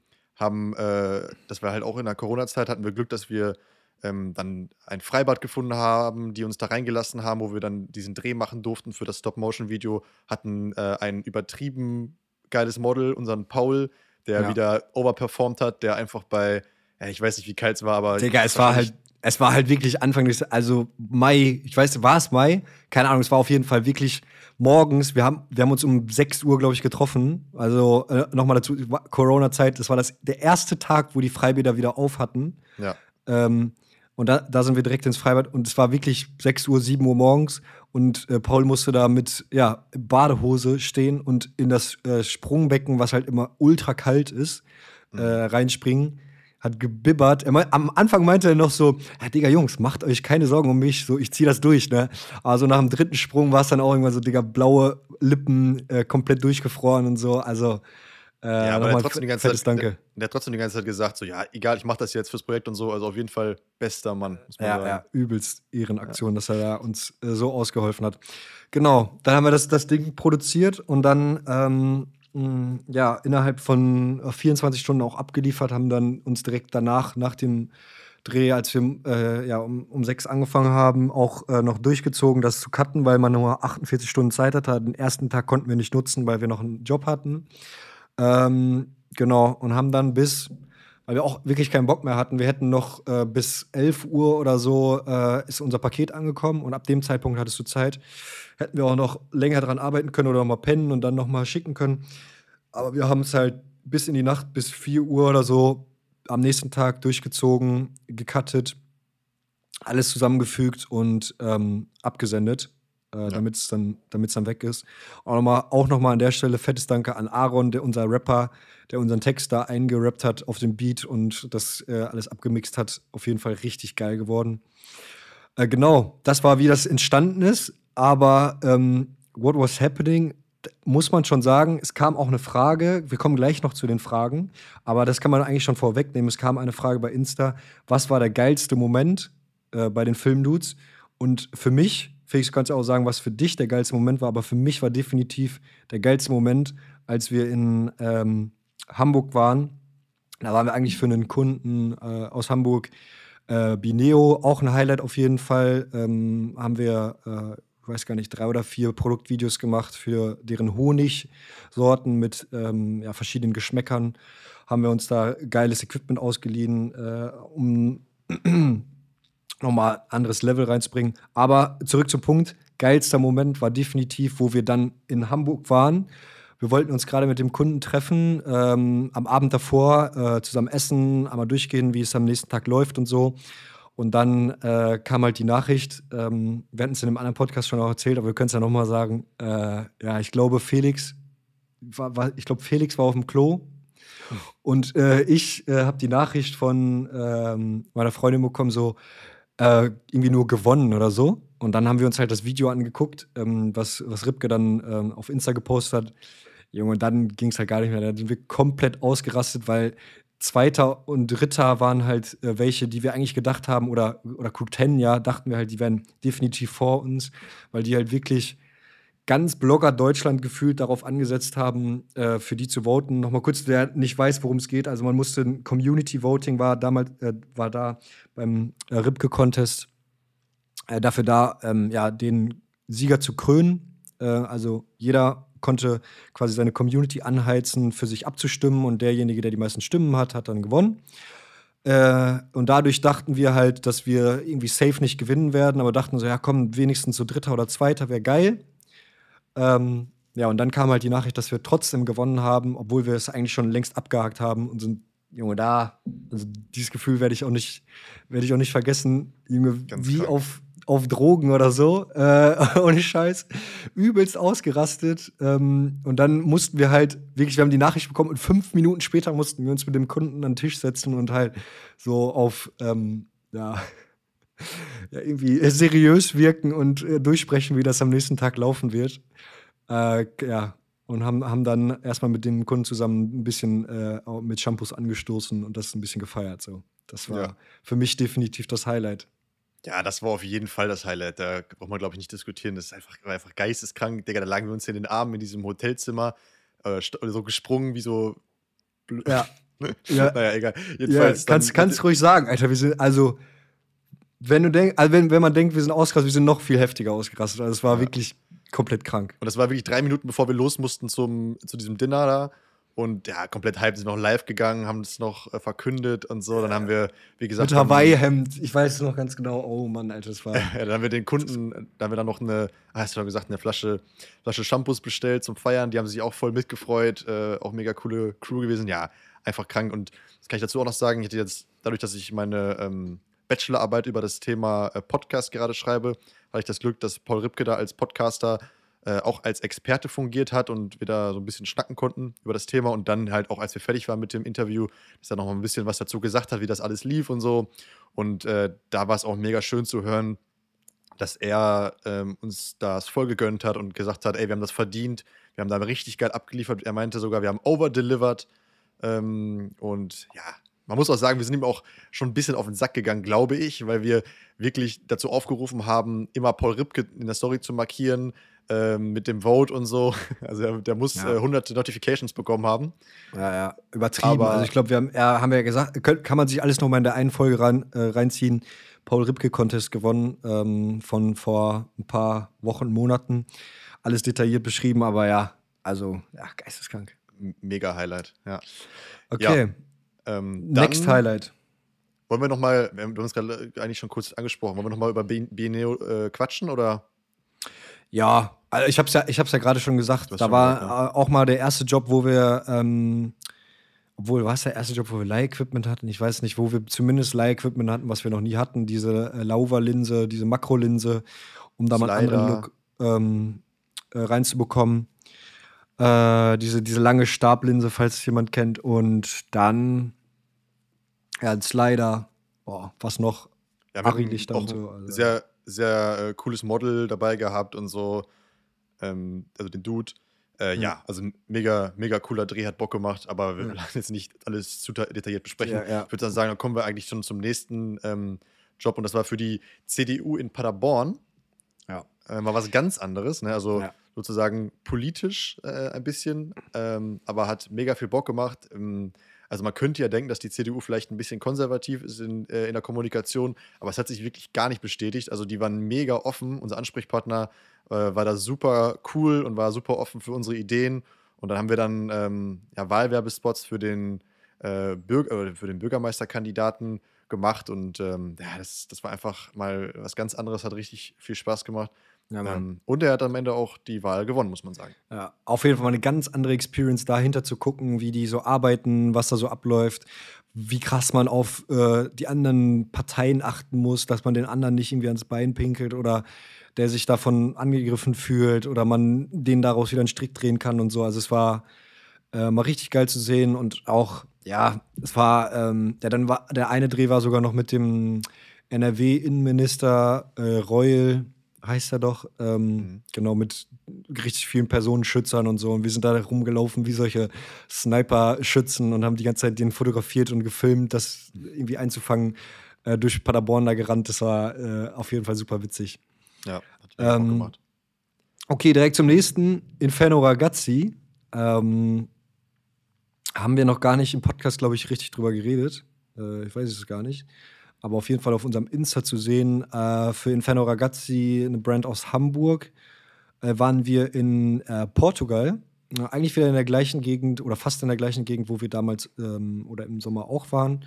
das war halt auch in der Corona-Zeit, hatten wir Glück, dass wir dann ein Freibad gefunden haben, die uns da reingelassen haben, wo wir dann diesen Dreh machen durften für das Stop-Motion-Video, hatten ein übertrieben geiles Model, unseren Paul, der wieder overperformed hat, der einfach bei, ich weiß nicht, wie kalt es war, aber Digga, es war halt wirklich Anfang des, also Mai, ich weiß, war es Mai? Keine Ahnung, es war auf jeden Fall wirklich morgens, wir haben uns um 6 Uhr, glaube ich, getroffen. Also nochmal dazu, Corona-Zeit, das war der erste Tag, wo die Freibäder wieder auf hatten. Ja. Und da sind wir direkt ins Freibad und es war wirklich 6 Uhr, 7 Uhr morgens und Paul musste da mit Badehose stehen und in das Sprungbecken, was halt immer ultra kalt ist, reinspringen. Hat gebibbert. Am Anfang meinte er noch so, Digga, Jungs, macht euch keine Sorgen um mich, so, ich zieh das durch, ne? Aber so nach dem dritten Sprung war es dann auch irgendwann so, Digga, blaue Lippen, komplett durchgefroren und so, also aber der hat trotzdem die ganze Zeit, Danke. Der hat trotzdem die ganze Zeit gesagt, so, ja, egal, ich mach das jetzt fürs Projekt und so, also auf jeden Fall bester Mann, muss man sagen. Ja, übelst Ehrenaktion, dass er da uns so ausgeholfen hat. Genau, dann haben wir das Ding produziert und dann ja, innerhalb von 24 Stunden auch abgeliefert, haben dann uns direkt danach, nach dem Dreh, als wir ja, um 6 angefangen haben, auch noch durchgezogen, das zu cutten, weil man nur 48 Stunden Zeit hatte. Den ersten Tag konnten wir nicht nutzen, weil wir noch einen Job hatten. Genau, und haben dann weil wir auch wirklich keinen Bock mehr hatten, wir hätten noch bis 11 Uhr oder so ist unser Paket angekommen und ab dem Zeitpunkt hattest du Zeit. Hätten wir auch noch länger dran arbeiten können oder noch mal pennen und dann noch mal schicken können. Aber wir haben es halt bis in die Nacht, bis 4 Uhr oder so am nächsten Tag durchgezogen, gecuttet, alles zusammengefügt und abgesendet, damit es dann weg ist. Auch noch mal an der Stelle fettes Danke an Aaron, unser Rapper, der unseren Text da eingerappt hat auf dem Beat und das alles abgemixt hat. Auf jeden Fall richtig geil geworden. Genau, das war, wie das entstanden ist. Aber what was happening, muss man schon sagen, es kam auch eine Frage, wir kommen gleich noch zu den Fragen, aber das kann man eigentlich schon vorwegnehmen. Es kam eine Frage bei Insta, was war der geilste Moment bei den Filmdudes? Und für mich, Felix, kannst du auch sagen, was für dich der geilste Moment war, aber für mich war definitiv der geilste Moment, als wir in Hamburg waren. Da waren wir eigentlich für einen Kunden aus Hamburg, Bineo, auch ein Highlight auf jeden Fall. Haben wir ich weiß gar nicht, 3 oder 4 Produktvideos gemacht für deren Honigsorten mit ja, verschiedenen Geschmäckern. Haben wir uns da geiles Equipment ausgeliehen, um nochmal anderes Level reinzubringen. Aber zurück zum Punkt, geilster Moment war definitiv, wo wir dann in Hamburg waren. Wir wollten uns gerade mit dem Kunden treffen, am Abend davor zusammen essen, einmal durchgehen, wie es am nächsten Tag läuft und so. Und dann kam halt die Nachricht, wir hatten es in einem anderen Podcast schon auch erzählt, aber wir können es ja nochmal sagen. Ja, ich glaube, Felix war auf dem Klo. Und ich habe die Nachricht von meiner Freundin bekommen, so irgendwie nur gewonnen oder so. Und dann haben wir uns halt das Video angeguckt, was Ripke dann auf Insta gepostet hat. Junge, und dann ging es halt gar nicht mehr. Da sind wir komplett ausgerastet, weil Zweiter und Dritter waren halt welche, die wir eigentlich gedacht haben, oder Q10, ja, dachten wir halt, die wären definitiv vor uns, weil die halt wirklich ganz Blogger Deutschland gefühlt darauf angesetzt haben, für die zu voten. Nochmal kurz, wer nicht weiß, worum es geht. Also man musste, ein Community Voting war da beim Ripke-Contest dafür da, ja, den Sieger zu krönen. Also jeder konnte quasi seine Community anheizen, für sich abzustimmen und derjenige, der die meisten Stimmen hat, hat dann gewonnen. Und dadurch dachten wir halt, dass wir irgendwie safe nicht gewinnen werden, aber dachten so, ja komm, wenigstens so Dritter oder Zweiter wäre geil. Ja, und dann kam halt die Nachricht, dass wir trotzdem gewonnen haben, obwohl wir es eigentlich schon längst abgehakt haben und sind, Junge, also dieses Gefühl werde ich auch nicht vergessen, Junge, Ganz wie krank. auf Drogen oder so, ohne Scheiß, übelst ausgerastet. Und dann mussten wir halt, wirklich, wir haben die Nachricht bekommen und 5 Minuten später mussten wir uns mit dem Kunden an den Tisch setzen und halt so auf, ja, irgendwie seriös wirken und durchsprechen, wie das am nächsten Tag laufen wird. Ja, und haben dann erstmal mit dem Kunden zusammen ein bisschen auch mit Shampoos angestoßen und das ein bisschen gefeiert. So. Das war Ja. für mich definitiv das Highlight. Ja, das war auf jeden Fall das Highlight. Da braucht man, glaube ich, nicht diskutieren. Das war einfach geisteskrank. Digga, da lagen wir uns in den Armen in diesem Hotelzimmer, so gesprungen wie so. Ja. Ja. Naja, egal. Ja, Jedenfalls. kannst ruhig sagen, Alter. Wir sind, also, wenn man denkt, wir sind ausgerastet, wir sind noch viel heftiger ausgerastet. Also, es war wirklich komplett krank. Und das war wirklich 3 Minuten, bevor wir los mussten zu diesem Dinner da. Und ja, komplett hyped, sind noch live gegangen, haben es noch verkündet und so. Dann haben wir, wie gesagt. Mit Hawaii-Hemd, ich weiß es noch ganz genau. Oh Mann, Alter, das war. Ja, dann haben wir den Kunden, da haben wir dann noch hast du schon gesagt, eine Flasche Shampoos bestellt zum Feiern. Die haben sich auch voll mitgefreut. Auch mega coole Crew gewesen. Ja, einfach krank. Und das kann ich dazu auch noch sagen. Ich hatte jetzt, dadurch, dass ich meine Bachelorarbeit über das Thema Podcast gerade schreibe, hatte ich das Glück, dass Paul Ripke da als Podcaster auch als Experte fungiert hat und wir da so ein bisschen schnacken konnten über das Thema und dann halt auch, als wir fertig waren mit dem Interview, dass er noch mal ein bisschen was dazu gesagt hat, wie das alles lief und so. Und da war es auch mega schön zu hören, dass er uns das voll gegönnt hat und gesagt hat, ey, wir haben das verdient, wir haben da richtig geil abgeliefert. Er meinte sogar, wir haben overdelivered. Und ja, man muss auch sagen, wir sind ihm auch schon ein bisschen auf den Sack gegangen, glaube ich, weil wir wirklich dazu aufgerufen haben, immer Paul Ripke in der Story zu markieren, mit dem Vote und so. Also der muss Ja. hunderte Notifications bekommen haben. Ja, übertrieben. Aber- Also ich glaube, haben ja gesagt, kann man sich alles noch mal in der einen Folge reinziehen. Paul Ripke-Contest gewonnen, von vor ein paar Wochen, Monaten. Alles detailliert beschrieben, aber ja, also, ja, geisteskrank. Mega Highlight, ja. Okay, Next Dann Highlight. wollen wir noch mal, wir haben uns gerade eigentlich schon kurz angesprochen, wollen wir noch mal über Beneo quatschen, oder? Ja, also ich hab's ja gerade schon gesagt. Du hast Da schon war gesagt, auch mal der erste Job, wo wir, obwohl, war es der erste Job, wo wir Leih-Equipment hatten? Ich weiß nicht, wo wir zumindest Leih-Equipment hatten, was wir noch nie hatten. Diese Lauva-Linse, diese Makrolinse, um da mal einen anderen Look reinzubekommen. Diese lange Stablinse, falls es jemand kennt. Und dann, ja, ein Slider. Boah, was noch? Ja, wir hatten Ari-Lichter auch und so. Also, sehr, sehr cooles Model dabei gehabt und so. Also den Dude. Ja, also mega, mega cooler Dreh, hat Bock gemacht, aber wir werden jetzt nicht alles zu detailliert besprechen. Ja. Ich würde dann sagen, dann kommen wir eigentlich schon zum nächsten Job, und das war für die CDU in Paderborn. Ja. Mal was ganz anderes, ne? Also Ja. sozusagen politisch ein bisschen, aber hat mega viel Bock gemacht. Also man könnte ja denken, dass die CDU vielleicht ein bisschen konservativ ist in der Kommunikation, aber es hat sich wirklich gar nicht bestätigt. Also die waren mega offen. Unser Ansprechpartner war da super cool und war super offen für unsere Ideen. Und dann haben wir dann Wahlwerbespots für den Bürgermeisterkandidaten gemacht. Und das war einfach mal was ganz anderes, hat richtig viel Spaß gemacht. Ja, Mann. Und er hat am Ende auch die Wahl gewonnen, muss man sagen. Ja, auf jeden Fall mal eine ganz andere Experience, dahinter zu gucken, wie die so arbeiten, was da so abläuft, wie krass man auf die anderen Parteien achten muss, dass man den anderen nicht irgendwie ans Bein pinkelt oder der sich davon angegriffen fühlt oder man den daraus wieder einen Strick drehen kann und so. Also es war mal richtig geil zu sehen und auch, ja, es war, dann war der eine Dreh war sogar noch mit dem NRW-Innenminister Reul, heißt er doch, genau, mit richtig vielen Personenschützern und so. Und wir sind da rumgelaufen wie solche Sniper-Schützen und haben die ganze Zeit den fotografiert und gefilmt, das irgendwie einzufangen, durch Paderborn da gerannt. Das war auf jeden Fall super witzig. Ja, hat mega Bock gemacht. Okay, direkt zum nächsten. Inferno Ragazzi. Haben wir noch gar nicht im Podcast, glaube ich, richtig drüber geredet. Ich weiß es gar nicht. Aber auf jeden Fall auf unserem Insta zu sehen. Für Inferno Ragazzi, eine Brand aus Hamburg, waren wir in Portugal. Eigentlich wieder in der gleichen Gegend oder fast in der gleichen Gegend, wo wir damals oder im Sommer auch waren.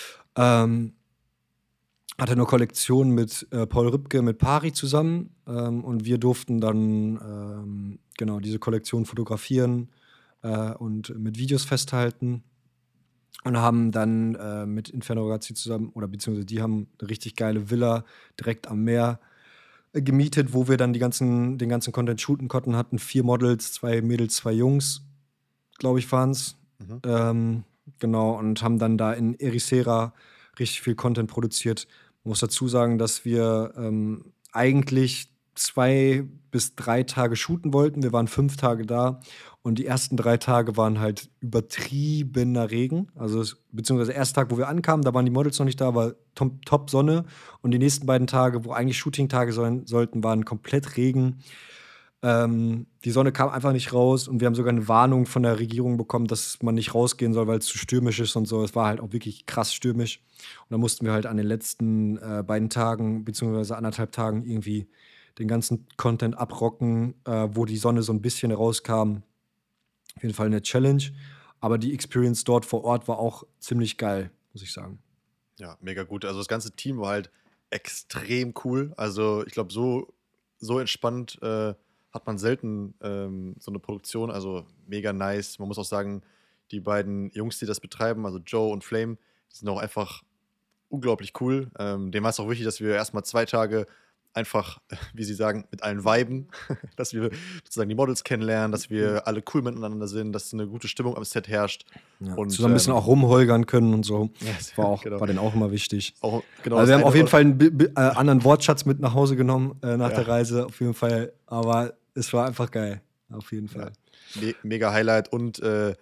Hatte eine Kollektion mit Paul Ripke, mit Pari zusammen. Und wir durften dann genau diese Kollektion fotografieren und mit Videos festhalten. Und haben dann mit Inferno Ragazzi zusammen, oder beziehungsweise die haben eine richtig geile Villa direkt am Meer gemietet, wo wir dann den ganzen Content shooten konnten, hatten 4 Models, 2 Mädels, 2 Jungs, glaube ich, waren es. Genau, und haben dann da in Ericeira richtig viel Content produziert. Ich muss dazu sagen, dass wir eigentlich 2 bis 3 Tage shooten wollten. Wir waren 5 Tage da und die ersten 3 Tage waren halt übertriebener Regen. Also beziehungsweise der erste Tag, wo wir ankamen, da waren die Models noch nicht da, war top Sonne. Und die nächsten beiden Tage, wo eigentlich Shooting-Tage sollten, waren komplett Regen. Die Sonne kam einfach nicht raus und wir haben sogar eine Warnung von der Regierung bekommen, dass man nicht rausgehen soll, weil es zu stürmisch ist und so. Es war halt auch wirklich krass stürmisch. Und dann mussten wir halt an den letzten beiden Tagen, beziehungsweise 1,5 Tagen irgendwie den ganzen Content abrocken, wo die Sonne so ein bisschen rauskam. Auf jeden Fall eine Challenge. Aber die Experience dort vor Ort war auch ziemlich geil, muss ich sagen. Ja, mega gut. Also das ganze Team war halt extrem cool. Also ich glaube, so entspannt hat man selten so eine Produktion. Also mega nice. Man muss auch sagen, die beiden Jungs, die das betreiben, also Joe und Flame, die sind auch einfach unglaublich cool. Dem war es auch wichtig, dass wir erstmal 2 Tage einfach, wie sie sagen, mit allen viben, dass wir sozusagen die Models kennenlernen, dass wir alle cool miteinander sind, dass eine gute Stimmung am Set herrscht. Ja, und zusammen ein bisschen auch rumholgern können und so. Ja, Das war denen auch immer wichtig. Auch, genau, Also wir das haben auf eine jeden Fall einen anderen Wortschatz mit nach Hause genommen nach Ja. der Reise, auf jeden Fall. Aber es war einfach geil, auf jeden Fall. Mega Highlight. Und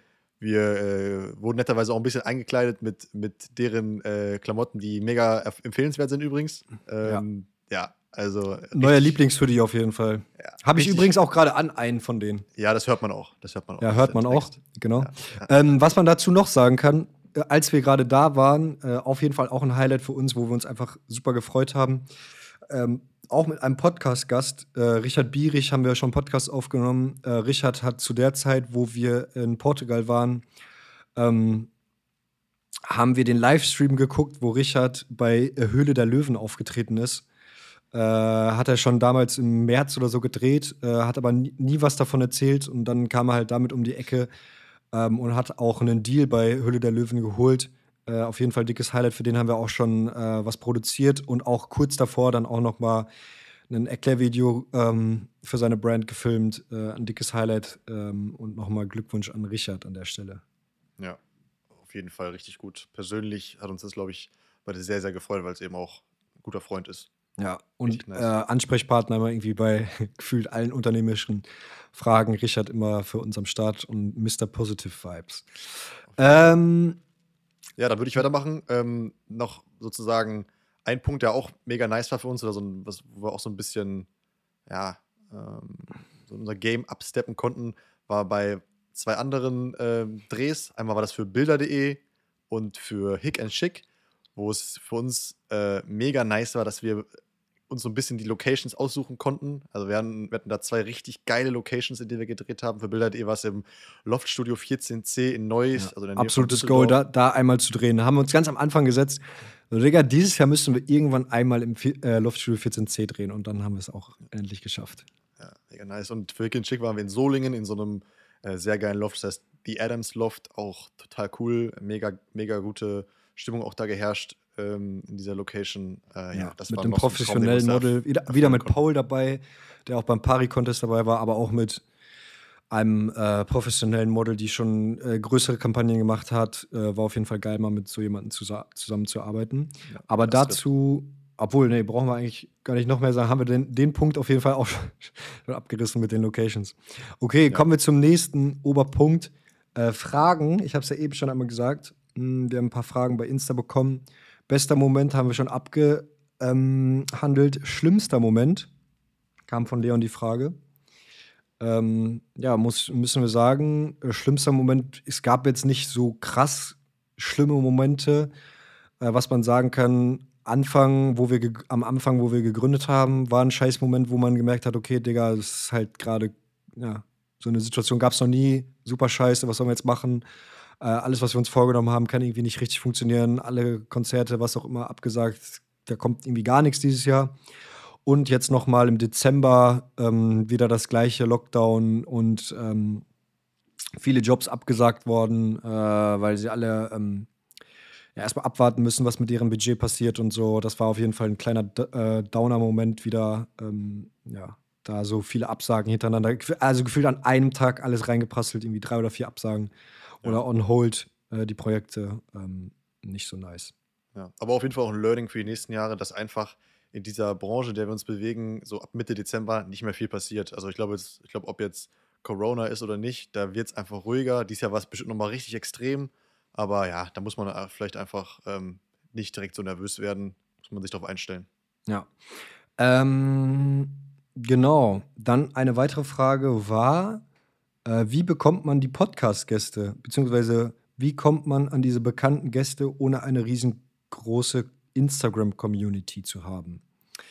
wir wurden netterweise auch ein bisschen eingekleidet mit deren Klamotten, die mega empfehlenswert sind übrigens. Ja, Also Neuer richtig- Lieblingshoodie auf jeden Fall. Ja, Habe ich richtig- übrigens auch gerade an, einen von denen. Ja, das hört man auch. Ja, hört man auch. Genau. Ja. Was man dazu noch sagen kann, als wir gerade da waren, auf jeden Fall auch ein Highlight für uns, wo wir uns einfach super gefreut haben. Auch mit einem Podcast-Gast, Richard Bierich, haben wir schon einen Podcast aufgenommen. Richard hat zu der Zeit, wo wir in Portugal waren, haben wir den Livestream geguckt, wo Richard bei Höhle der Löwen aufgetreten ist. Hat er schon damals im März oder so gedreht, hat aber nie was davon erzählt und dann kam er halt damit um die Ecke und hat auch einen Deal bei Höhle der Löwen geholt. Auf jeden Fall dickes Highlight, für den haben wir auch schon was produziert und auch kurz davor dann auch noch mal ein Erklärvideo für seine Brand gefilmt. Ein dickes Highlight und nochmal Glückwunsch an Richard an der Stelle. Ja, auf jeden Fall richtig gut. Persönlich hat uns das, glaube ich, beide sehr, sehr gefreut, weil es eben auch ein guter Freund ist. Ja, und Richtig nice. Ansprechpartner immer irgendwie bei gefühlt allen unternehmerischen Fragen. Richard immer für uns am Start und Mr. Positive Vibes. Ja, dann würde ich weitermachen. Noch sozusagen ein Punkt, der auch mega nice war für uns, oder wo wir auch so ein bisschen, ja, so unser Game upsteppen konnten, war bei 2 anderen Drehs. Einmal war das für Bilder.de und für Hick and Chick, wo es für uns mega nice war, dass wir uns so ein bisschen die Locations aussuchen konnten. Also wir hatten da 2 richtig geile Locations, in denen wir gedreht haben. Für Bilder.de war es im Loftstudio 14C in Neuss. Also in der Nähe von Absolutes Goal, Düsseldorf. da einmal zu drehen. Da haben wir uns ganz am Anfang gesetzt. Also, Digga, dieses Jahr müssen wir irgendwann einmal im Loftstudio 14C drehen und dann haben wir es auch endlich geschafft. Ja, mega nice. Und für Hick and Chick waren wir in Solingen in so einem sehr geilen Loft. Das heißt, die Adams Loft, auch total cool. Mega, mega gute Stimmung auch da geherrscht in dieser Location. Das mit war einem noch so ein Traum, den wir professionellen uns da Model, wieder erfüllen mit konnten. Paul dabei, der auch beim Pari-Contest dabei war, aber auch mit einem professionellen Model, die schon größere Kampagnen gemacht hat. War auf jeden Fall geil, mal mit so jemandem zusammenzuarbeiten. Ja, Aber das dazu, obwohl, nee, brauchen wir eigentlich gar nicht noch mehr sagen, haben wir den Punkt auf jeden Fall auch schon abgerissen mit den Locations. Okay, Ja. kommen wir zum nächsten Oberpunkt. Fragen, ich habe es ja eben schon einmal gesagt. Wir haben ein paar Fragen bei Insta bekommen. Bester Moment haben wir schon abgehandelt. Schlimmster Moment kam von Leon die Frage. Müssen wir sagen, schlimmster Moment, es gab jetzt nicht so krass schlimme Momente, was man sagen kann, am Anfang, wo wir gegründet haben, war ein scheiß Moment, wo man gemerkt hat, okay, Digga, das ist halt gerade, ja, so eine Situation gab es noch nie, super scheiße, was sollen wir jetzt machen? Alles, was wir uns vorgenommen haben, kann irgendwie nicht richtig funktionieren. Alle Konzerte, was auch immer, abgesagt. Da kommt irgendwie gar nichts dieses Jahr. Und jetzt noch mal im Dezember wieder das gleiche Lockdown und viele Jobs abgesagt worden, weil sie alle erstmal abwarten müssen, was mit ihrem Budget passiert und so. Das war auf jeden Fall ein kleiner Downer-Moment wieder. Da so viele Absagen hintereinander. Also gefühlt an einem Tag alles reingeprasselt, irgendwie 3 oder 4 Absagen. Oder on hold die Projekte. Nicht so nice. Ja, aber auf jeden Fall auch ein Learning für die nächsten Jahre, dass einfach in dieser Branche, in der wir uns bewegen, so ab Mitte Dezember nicht mehr viel passiert. Also ich glaube, ob jetzt Corona ist oder nicht, da wird es einfach ruhiger. Dieses Jahr war es bestimmt nochmal richtig extrem. Aber ja, da muss man vielleicht einfach nicht direkt so nervös werden. Muss man sich darauf einstellen. Ja. Genau. Dann eine weitere Frage war, wie bekommt man die Podcast-Gäste? Beziehungsweise, wie kommt man an diese bekannten Gäste, ohne eine riesengroße Instagram-Community zu haben?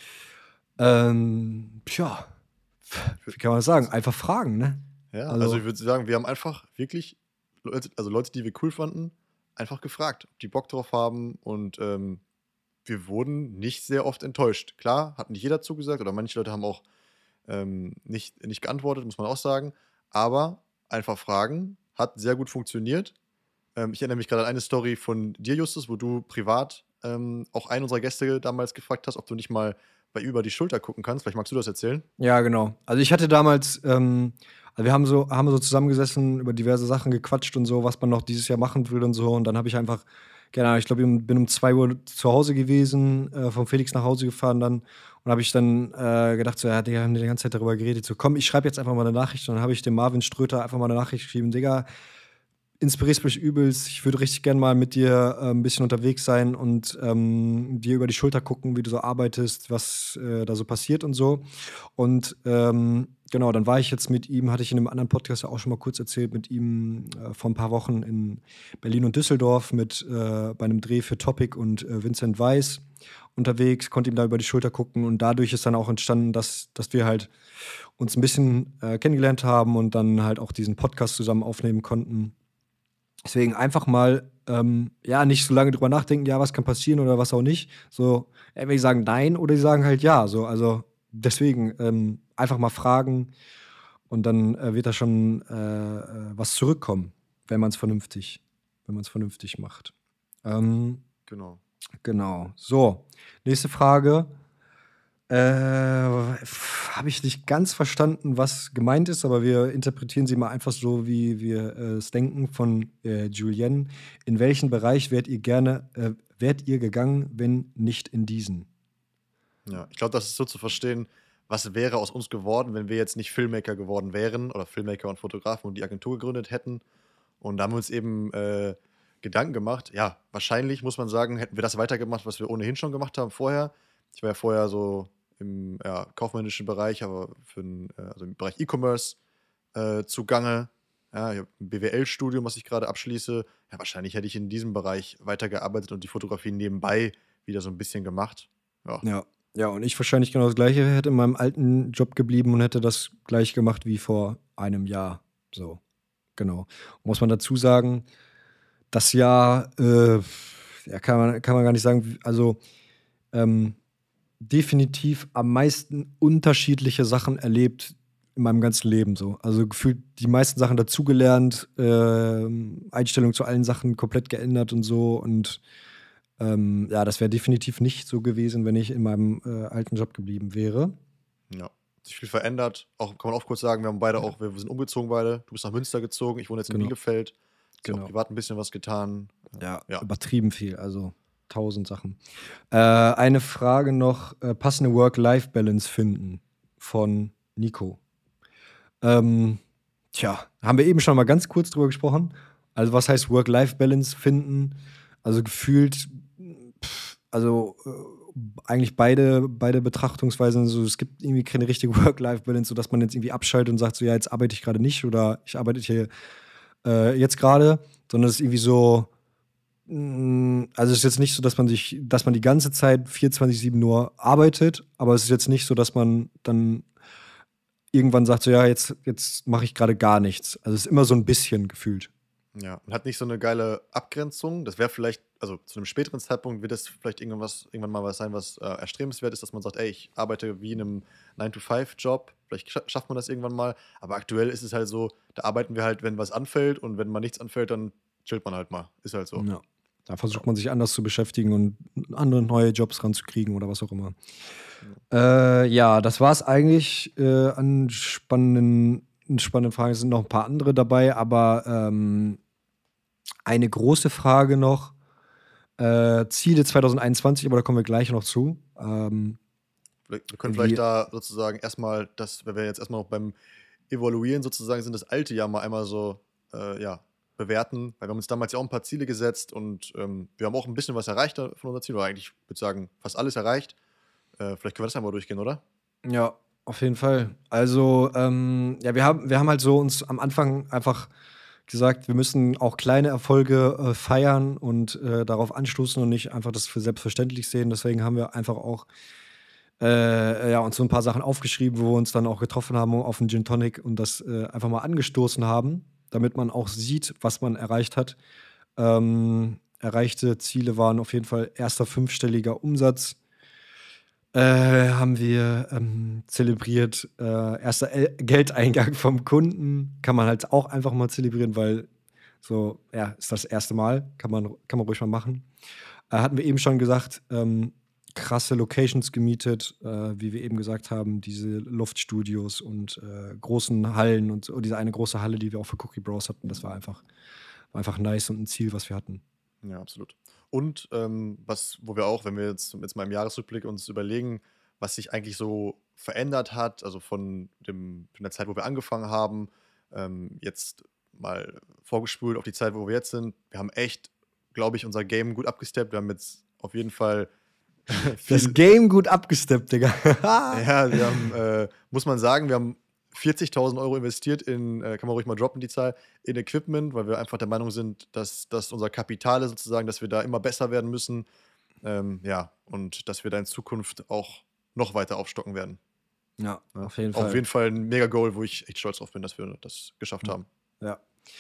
Wie kann man das sagen? Einfach fragen, ne? Ja, Also- also ich würde sagen, wir haben einfach wirklich Leute, die wir cool fanden, einfach gefragt, ob die Bock drauf haben. Und wir wurden nicht sehr oft enttäuscht. Klar, hat nicht jeder zugesagt oder manche Leute haben auch nicht geantwortet, muss man auch sagen. Aber einfach fragen, hat sehr gut funktioniert. Ich erinnere mich gerade an eine Story von dir, Justus, wo du privat auch einen unserer Gäste damals gefragt hast, ob du nicht mal bei über die Schulter gucken kannst. Vielleicht magst du das erzählen? Ja, genau. Also ich hatte damals, also wir haben so zusammengesessen, über diverse Sachen gequatscht und so, was man noch dieses Jahr machen will und so. Und dann habe ich einfach, keine Ahnung, ich glaube, ich bin um 2 Uhr zu Hause gewesen, vom Felix nach Hause gefahren dann. Und habe ich dann gedacht, so, ja, Digga, haben die ganze Zeit darüber geredet. So, komm, ich schreibe jetzt einfach mal eine Nachricht. Und dann habe ich dem Marvin Ströter einfach mal eine Nachricht geschrieben, Digga, inspirierst mich übelst. Ich würde richtig gern mal mit dir ein bisschen unterwegs sein und dir über die Schulter gucken, wie du so arbeitest, was da so passiert und so. Und genau, dann war ich jetzt mit ihm, hatte ich in einem anderen Podcast ja auch schon mal kurz erzählt, mit ihm vor ein paar Wochen in Berlin und Düsseldorf bei einem Dreh für Topic und Vincent Weiss unterwegs, konnte ihm da über die Schulter gucken und dadurch ist dann auch entstanden, dass wir halt uns ein bisschen kennengelernt haben und dann halt auch diesen Podcast zusammen aufnehmen konnten. Deswegen einfach mal, ja, nicht so lange drüber nachdenken, ja, was kann passieren oder was auch nicht. So, entweder die sagen nein oder die sagen halt ja. So, also deswegen einfach mal fragen und dann wird da schon was zurückkommen, wenn man es vernünftig macht. Genau. Genau. So, nächste Frage. Habe ich nicht ganz verstanden, was gemeint ist, aber wir interpretieren sie mal einfach so, wie wir es denken, von Julienne. In welchen Bereich wärt ihr gegangen, wenn nicht in diesen? Ja, ich glaube, das ist so zu verstehen, was wäre aus uns geworden, wenn wir jetzt nicht Filmmaker geworden wären oder Filmmaker und Fotografen und die Agentur gegründet hätten. Und da haben wir uns eben Gedanken gemacht. Ja, wahrscheinlich muss man sagen, hätten wir das weitergemacht, was wir ohnehin schon gemacht haben vorher. Ich war ja vorher so im kaufmännischen Bereich, aber also im Bereich E-Commerce zugange. Ja, ich habe ein BWL-Studium, was ich gerade abschließe. Ja, wahrscheinlich hätte ich in diesem Bereich weitergearbeitet und die Fotografie nebenbei wieder so ein bisschen gemacht. Ja, Ja. Ja, und ich wahrscheinlich genau das Gleiche, hätte in meinem alten Job geblieben und hätte das gleich gemacht wie vor einem Jahr. So, genau. Muss man dazu sagen, das Jahr, ja, kann man gar nicht sagen, also ähm, definitiv am meisten unterschiedliche Sachen erlebt in meinem ganzen Leben so. Also gefühlt die meisten Sachen dazugelernt, Einstellung zu allen Sachen komplett geändert und so. Und ja, das wäre definitiv nicht so gewesen, wenn ich in meinem alten Job geblieben wäre. ja. Hat sich viel verändert. Auch, kann man auch kurz sagen, wir haben beide auch, wir sind umgezogen beide. Du bist nach Münster gezogen, ich wohne jetzt in Genau. Bielefeld. Hat sich auch Genau. privat ein bisschen was getan. Ja, Ja. übertrieben viel, also 1000 Sachen. Eine Frage noch: passende Work-Life-Balance finden von Nico. Tja, haben wir eben schon mal ganz kurz drüber gesprochen. Also, was heißt Work-Life-Balance finden? Also, gefühlt, also eigentlich beide Betrachtungsweisen. So, es gibt irgendwie keine richtige Work-Life-Balance, sodass man jetzt irgendwie abschaltet und sagt, so, ja, jetzt arbeite ich gerade nicht oder ich arbeite hier jetzt gerade, sondern es ist irgendwie so, also es ist jetzt nicht so, dass man die ganze Zeit 24/7 nur arbeitet, aber es ist jetzt nicht so, dass man dann irgendwann sagt, so ja, jetzt mache ich gerade gar nichts. Also es ist immer so ein bisschen gefühlt. Ja, und hat nicht so eine geile Abgrenzung. Das wäre vielleicht, also zu einem späteren Zeitpunkt wird das vielleicht irgendwann mal was sein, was erstrebenswert ist, dass man sagt, ey, ich arbeite wie in einem 9-to-5-Job. Vielleicht schafft man das irgendwann mal. Aber aktuell ist es halt so, da arbeiten wir halt, wenn was anfällt und wenn mal nichts anfällt, dann chillt man halt mal. Ist halt so. Ja. Da versucht man sich anders zu beschäftigen und andere neue Jobs ranzukriegen oder was auch immer. Ja, das war es eigentlich an spannenden Fragen. Es sind noch ein paar andere dabei, aber eine große Frage noch. Ziele 2021, aber da kommen wir gleich noch zu. Wir können vielleicht da sozusagen erstmal, wenn wir jetzt erstmal noch beim Evaluieren sozusagen sind, das alte Jahr mal einmal so bewerten, weil wir haben uns damals ja auch ein paar Ziele gesetzt und wir haben auch ein bisschen was erreicht von unseren Zielen, oder eigentlich, ich würde sagen, fast alles erreicht. Vielleicht können wir das einmal durchgehen, oder? Ja, auf jeden Fall. Also, ja, wir haben halt so uns am Anfang einfach gesagt, wir müssen auch kleine Erfolge feiern und darauf anstoßen und nicht einfach das für selbstverständlich sehen. Deswegen haben wir einfach auch ja, uns so ein paar Sachen aufgeschrieben, wo wir uns dann auch getroffen haben auf einen Gin Tonic und das einfach mal angestoßen haben, damit man auch sieht, was man erreicht hat. Erreichte Ziele waren auf jeden Fall erster fünfstelliger Umsatz. Haben wir zelebriert. Erster Geldeingang vom Kunden kann man halt auch einfach mal zelebrieren, weil so, ja, ist das erste Mal. Kann man ruhig mal machen. Hatten wir eben schon gesagt, krasse Locations gemietet, wie wir eben gesagt haben, diese Loftstudios und großen Hallen und so, diese eine große Halle, die wir auch für Cookie Bros hatten, das war einfach nice und ein Ziel, was wir hatten. Ja, absolut. Und wo wir auch, wenn wir jetzt mal im Jahresrückblick uns überlegen, was sich eigentlich so verändert hat, also von der Zeit, wo wir angefangen haben, jetzt mal vorgespult auf die Zeit, wo wir jetzt sind. Wir haben echt, glaube ich, unser Game gut abgesteppt. Wir haben jetzt auf jeden Fall Das Game gut abgesteppt, Digga. Ja, wir haben, muss man sagen, wir haben 40.000 Euro investiert in, kann man ruhig mal droppen, die Zahl, in Equipment, weil wir einfach der Meinung sind, dass das unser Kapital ist sozusagen, dass wir da immer besser werden müssen. Ja, und dass wir da in Zukunft auch noch weiter aufstocken werden. Ja, Ja. auf jeden Auf Fall. jeden Fall ein Mega-Goal, wo ich echt stolz drauf bin, dass wir das geschafft haben. Ja.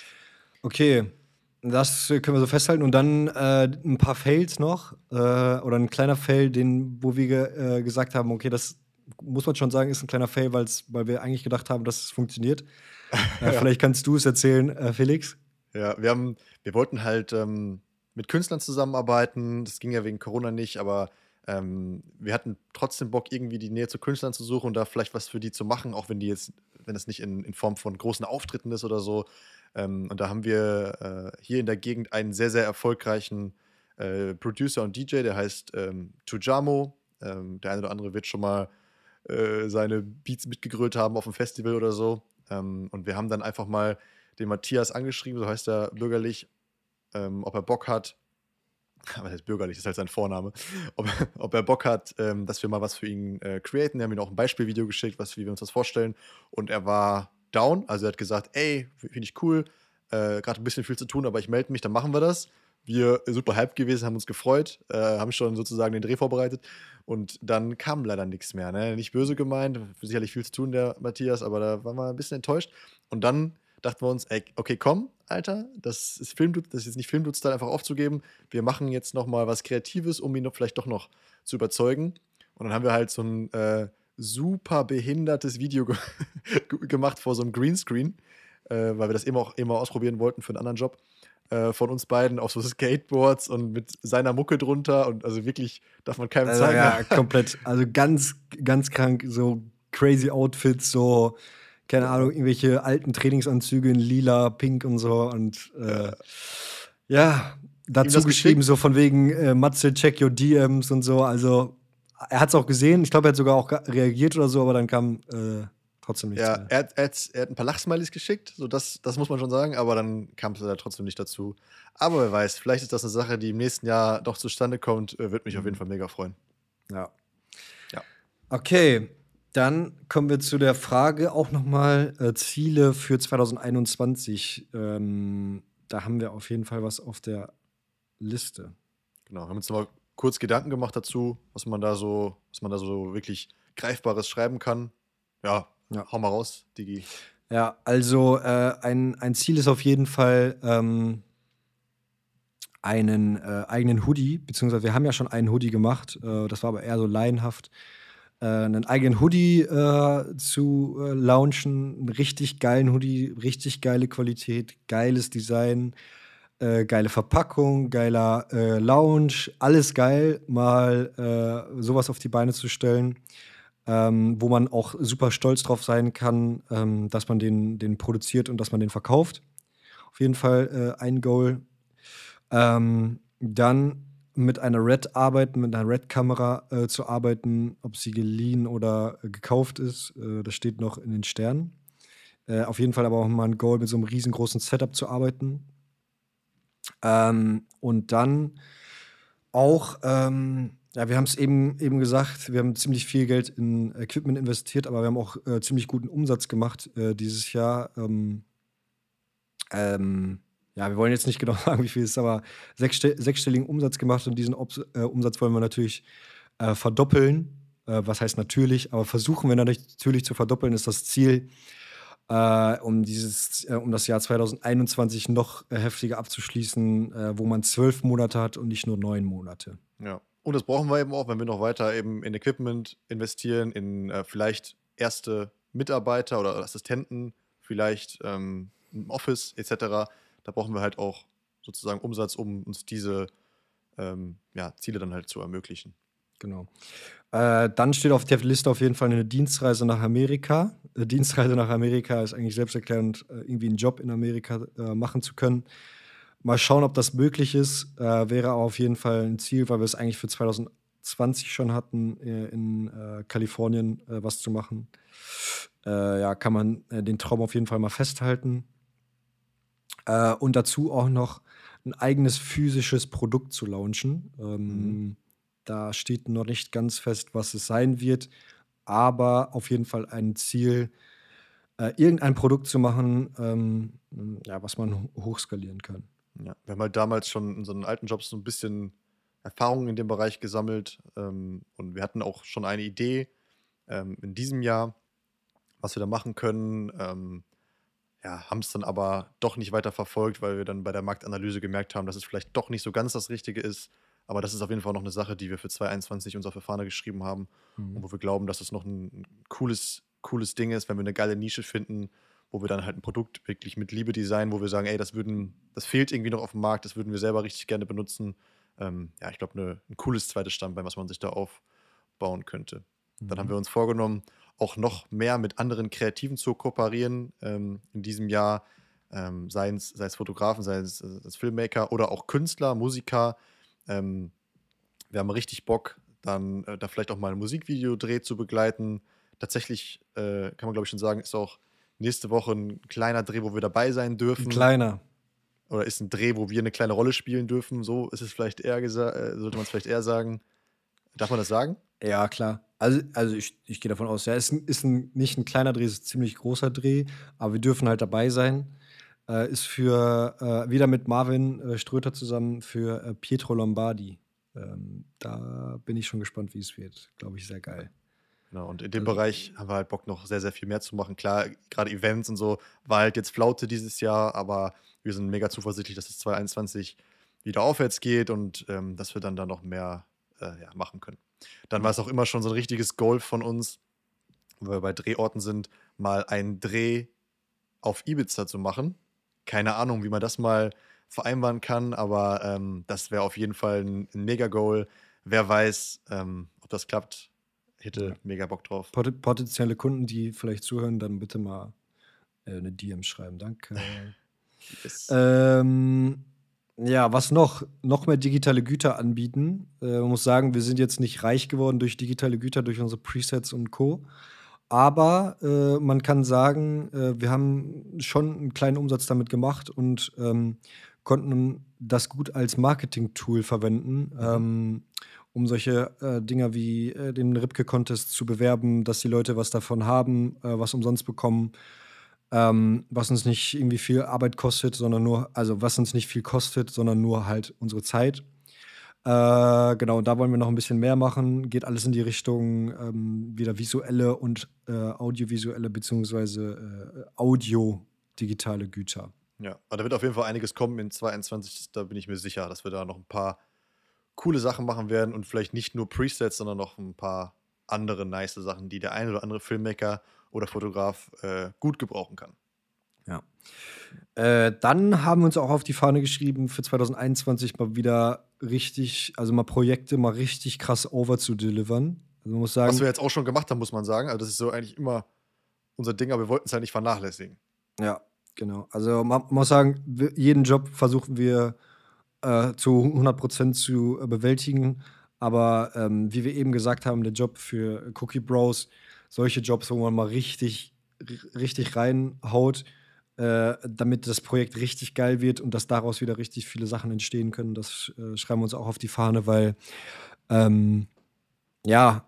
Okay, das können wir so festhalten. Und dann ein paar Fails noch. Oder ein kleiner Fail, wo wir gesagt haben, okay, das muss man schon sagen, ist ein kleiner Fail, weil wir eigentlich gedacht haben, dass es funktioniert. Vielleicht kannst du es erzählen, Felix. Ja, wir wollten halt mit Künstlern zusammenarbeiten. Das ging ja wegen Corona nicht, aber wir hatten trotzdem Bock, irgendwie die Nähe zu Künstlern zu suchen und da vielleicht was für die zu machen, auch wenn es nicht in Form von großen Auftritten ist oder so. Und da haben wir hier in der Gegend einen sehr, sehr erfolgreichen Producer und DJ, der heißt Tujamo. Der eine oder andere wird schon mal seine Beats mitgegrölt haben auf dem Festival oder so. Und wir haben dann einfach mal den Matthias angeschrieben, so heißt er bürgerlich, ob er Bock hat, aber das ist bürgerlich, das ist halt sein Vorname, ob er Bock hat, dass wir mal was für ihn createn. Wir haben ihm auch ein Beispielvideo geschickt, wie wir uns das vorstellen. Und er war down, also er hat gesagt, ey, finde ich cool, gerade ein bisschen viel zu tun, aber ich melde mich, dann machen wir das. Wir super hyped gewesen, haben uns gefreut, haben schon sozusagen den Dreh vorbereitet und dann kam leider nichts mehr. Ne? Nicht böse gemeint, sicherlich viel zu tun, der Matthias, aber da waren wir ein bisschen enttäuscht. Und dann dachten wir uns, ey, okay, komm, Alter, das ist jetzt nicht Filmdutzteil einfach aufzugeben. Wir machen jetzt noch mal was Kreatives, um ihn vielleicht doch noch zu überzeugen. Und dann haben wir halt so ein super behindertes Video gemacht vor so einem Greenscreen, weil wir das immer ausprobieren wollten für einen anderen Job. Von uns beiden auf so Skateboards und mit seiner Mucke drunter und also wirklich darf man keinem zeigen. Ja, komplett. Also ganz, ganz krank, so crazy Outfits, so, keine Ahnung, irgendwelche alten Trainingsanzüge in lila, pink und so. Und ja, dazu geschrieben, so von wegen Matze, check your DMs und so. Also, er hat es auch gesehen. Ich glaube, er hat sogar auch reagiert oder so, aber dann kam trotzdem nichts mehr. Er hat ein paar Lachsmileys geschickt, so das muss man schon sagen, aber dann kam es trotzdem nicht dazu. Aber wer weiß, vielleicht ist das eine Sache, die im nächsten Jahr doch zustande kommt, würde mich auf jeden Fall mega freuen. Ja. Ja. Okay, dann kommen wir zu der Frage auch nochmal Ziele für 2021. Da haben wir auf jeden Fall was auf der Liste. Genau, haben uns mal kurz Gedanken gemacht dazu, was man da so wirklich Greifbares schreiben kann. Ja. Hau mal raus, Digi. Ja, also ein Ziel ist auf jeden Fall einen eigenen Hoodie, beziehungsweise wir haben ja schon einen Hoodie gemacht, das war aber eher so laienhaft, einen eigenen Hoodie zu launchen, einen richtig geilen Hoodie, richtig geile Qualität, geiles Design, geile Verpackung, geiler Lounge, alles geil, mal sowas auf die Beine zu stellen. Wo man auch super stolz drauf sein kann, dass man den produziert und dass man den verkauft. Auf jeden Fall ein Goal. Dann mit einer Red arbeiten, mit einer Red-Kamera zu arbeiten, ob sie geliehen oder gekauft ist, das steht noch in den Sternen. Auf jeden Fall aber auch mal ein Goal, mit so einem riesengroßen Setup zu arbeiten. Und dann auch ja, wir haben es eben gesagt, wir haben ziemlich viel Geld in Equipment investiert, aber wir haben auch ziemlich guten Umsatz gemacht dieses Jahr. Ja, wir wollen jetzt nicht genau sagen, wie viel es ist, aber sechsstelligen Umsatz gemacht und diesen Umsatz wollen wir natürlich verdoppeln. Was heißt natürlich, aber versuchen wir natürlich zu verdoppeln, ist das Ziel, um das Jahr 2021 noch heftiger abzuschließen, wo man 12 Monate hat und nicht nur 9 Monate. Ja. Und das brauchen wir eben auch, wenn wir noch weiter eben in Equipment investieren, in vielleicht erste Mitarbeiter oder Assistenten, vielleicht im Office etc. Da brauchen wir halt auch sozusagen Umsatz, um uns diese Ziele dann halt zu ermöglichen. Genau. Dann steht auf der Liste auf jeden Fall eine Dienstreise nach Amerika. Dienstreise nach Amerika ist eigentlich selbsterklärend, irgendwie einen Job in Amerika machen zu können. Mal schauen, ob das möglich ist. Wäre aber auf jeden Fall ein Ziel, weil wir es eigentlich für 2020 schon hatten, in Kalifornien was zu machen. Ja, kann man den Traum auf jeden Fall mal festhalten. Und dazu auch noch ein eigenes physisches Produkt zu launchen. Da steht noch nicht ganz fest, was es sein wird, aber auf jeden Fall ein Ziel, irgendein Produkt zu machen, ja, was man hochskalieren kann. Ja. Wir haben halt damals schon in unseren alten Jobs so ein bisschen Erfahrung in dem Bereich gesammelt, und wir hatten auch schon eine Idee in diesem Jahr, was wir da machen können. Ja, haben es dann aber doch nicht weiter verfolgt, weil wir dann bei der Marktanalyse gemerkt haben, dass es vielleicht doch nicht so ganz das Richtige ist. Aber das ist auf jeden Fall noch eine Sache, die wir für 2021 uns auf die Fahne geschrieben haben und Mhm. wo wir glauben, dass es noch ein cooles Ding ist, wenn wir eine geile Nische finden, wo wir dann halt ein Produkt wirklich mit Liebe designen, wo wir sagen, ey, das fehlt irgendwie noch auf dem Markt, das würden wir selber richtig gerne benutzen. Ja, ich glaube, ein cooles zweites Standbein, was man sich da aufbauen könnte. Dann haben Mhm. wir uns vorgenommen, auch noch mehr mit anderen Kreativen zu kooperieren in diesem Jahr, sei es Fotografen, sei es als Filmmaker oder auch Künstler, Musiker. Ähm, Wir haben richtig Bock, dann da vielleicht auch mal ein Musikvideodreh zu begleiten. Tatsächlich kann man, glaube ich, schon sagen, ist auch nächste Woche ein kleiner Dreh, wo wir dabei sein Ein dürfen. kleiner. Oder ist ein Dreh, wo wir eine kleine Rolle spielen dürfen. So ist es vielleicht eher sollte man es vielleicht eher sagen. Darf man das sagen? Ja, klar. Also ich gehe davon aus, ja, nicht ein kleiner Dreh, es ist ein ziemlich großer Dreh, aber wir dürfen halt dabei sein. Ist für wieder mit Marvin Ströter zusammen für Pietro Lombardi. Da bin ich schon gespannt, wie es wird. Glaube ich, sehr geil. Genau, und in dem Also, Bereich haben wir halt Bock, noch sehr, sehr viel mehr zu machen. Klar, gerade Events und so war halt jetzt Flaute dieses Jahr, aber wir sind mega zuversichtlich, dass es 2021 wieder aufwärts geht und dass wir dann da noch mehr ja, machen können. Dann war ja. es auch immer schon so ein richtiges Goal von uns, wo wir bei Drehorten sind, mal einen Dreh auf Ibiza zu machen. Keine Ahnung, wie man das mal vereinbaren kann, aber das wäre auf jeden Fall ein Mega-Goal. Wer weiß, ob das klappt, Ja. hätte mega Bock drauf. Potenzielle Kunden, die vielleicht zuhören, dann bitte mal eine DM schreiben. Danke. Yes. Ähm, ja, was noch? Noch mehr digitale Güter anbieten. Man muss sagen, wir sind jetzt nicht reich geworden durch digitale Güter, durch unsere Presets und Co. Aber man kann sagen, wir haben schon einen kleinen Umsatz damit gemacht und konnten das gut als Marketing-Tool verwenden, Mhm. um solche Dinger wie den Ripke-Contest zu bewerben, dass die Leute was davon haben, was umsonst bekommen, was uns nicht irgendwie viel Arbeit kostet, sondern nur, also was uns nicht viel kostet, sondern nur halt unsere Zeit. Genau, da wollen wir noch ein bisschen mehr machen. Geht alles in die Richtung wieder visuelle und audiovisuelle beziehungsweise Audio-digitale Güter. Ja, aber da wird auf jeden Fall einiges kommen in 2021, da bin ich mir sicher, dass wir da noch ein paar coole Sachen machen werden und vielleicht nicht nur Presets, sondern noch ein paar andere nice Sachen, die der ein oder andere Filmmaker oder Fotograf gut gebrauchen kann. Ja. Dann haben wir uns auch auf die Fahne geschrieben, für 2021 mal wieder richtig, also mal Projekte mal richtig krass over zu delivern. Also man muss Was wir sagen, jetzt auch schon gemacht haben, muss man sagen. Also, das ist so eigentlich immer unser Ding, aber wir wollten es halt nicht vernachlässigen. ja, genau. Also man muss sagen, jeden Job versuchen wir zu 100% zu bewältigen. Aber wie wir eben gesagt haben, der Job für Cookie Bros, solche Jobs, wo man mal richtig reinhaut, damit das Projekt richtig geil wird und dass daraus wieder richtig viele Sachen entstehen können, das schreiben wir uns auch auf die Fahne, weil ähm, ja,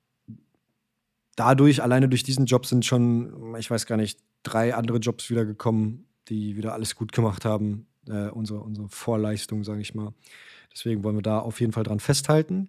dadurch, alleine durch diesen Job sind schon, ich weiß gar nicht, 3 andere Jobs wieder gekommen, die wieder alles gut gemacht haben. Unsere Vorleistung, sage ich mal. Deswegen wollen wir da auf jeden Fall dran festhalten.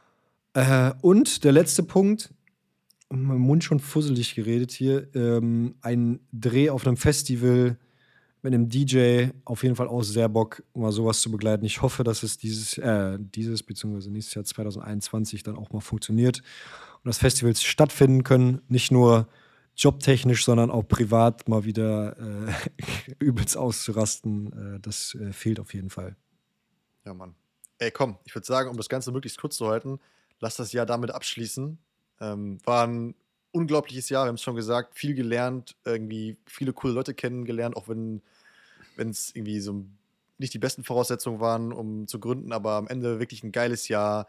Und der letzte Punkt, mein Mund schon fusselig geredet hier, ein Dreh auf einem Festival mit einem DJ, auf jeden Fall auch sehr Bock, mal sowas zu begleiten. Ich hoffe, dass es dieses beziehungsweise nächstes Jahr 2021 dann auch mal funktioniert und dass Festivals stattfinden können, nicht nur jobtechnisch, sondern auch privat mal wieder übelst auszurasten. Das fehlt auf jeden Fall. Ja, Mann. Ey, komm, ich würde sagen, um das Ganze möglichst kurz zu halten, lass das Jahr damit abschließen. War ein unglaubliches Jahr, wir haben es schon gesagt, viel gelernt, irgendwie viele coole Leute kennengelernt, auch wenn es irgendwie so nicht die besten Voraussetzungen waren, um zu gründen, aber am Ende wirklich ein geiles Jahr,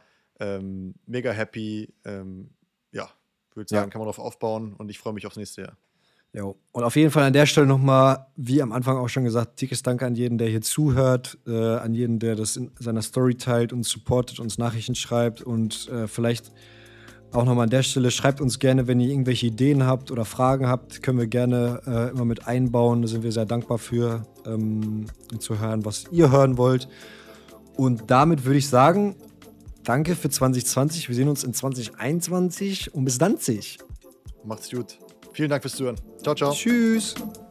mega happy. Ja, würde Ja, sagen, kann man darauf aufbauen und ich freue mich aufs nächste Jahr. Jo. Und auf jeden Fall an der Stelle nochmal, wie am Anfang auch schon gesagt, dickes Dank an jeden, der hier zuhört, an jeden, der das in seiner Story teilt, uns supportet, uns Nachrichten schreibt und vielleicht auch nochmal an der Stelle, schreibt uns gerne, wenn ihr irgendwelche Ideen habt oder Fragen habt, können wir gerne immer mit einbauen. Da sind wir sehr dankbar für, zu hören, was ihr hören wollt. Und damit würde ich sagen, danke für 2020. Wir sehen uns in 2021 und bis dann. Macht's gut. Vielen Dank fürs Zuhören. Ciao, ciao. Tschüss.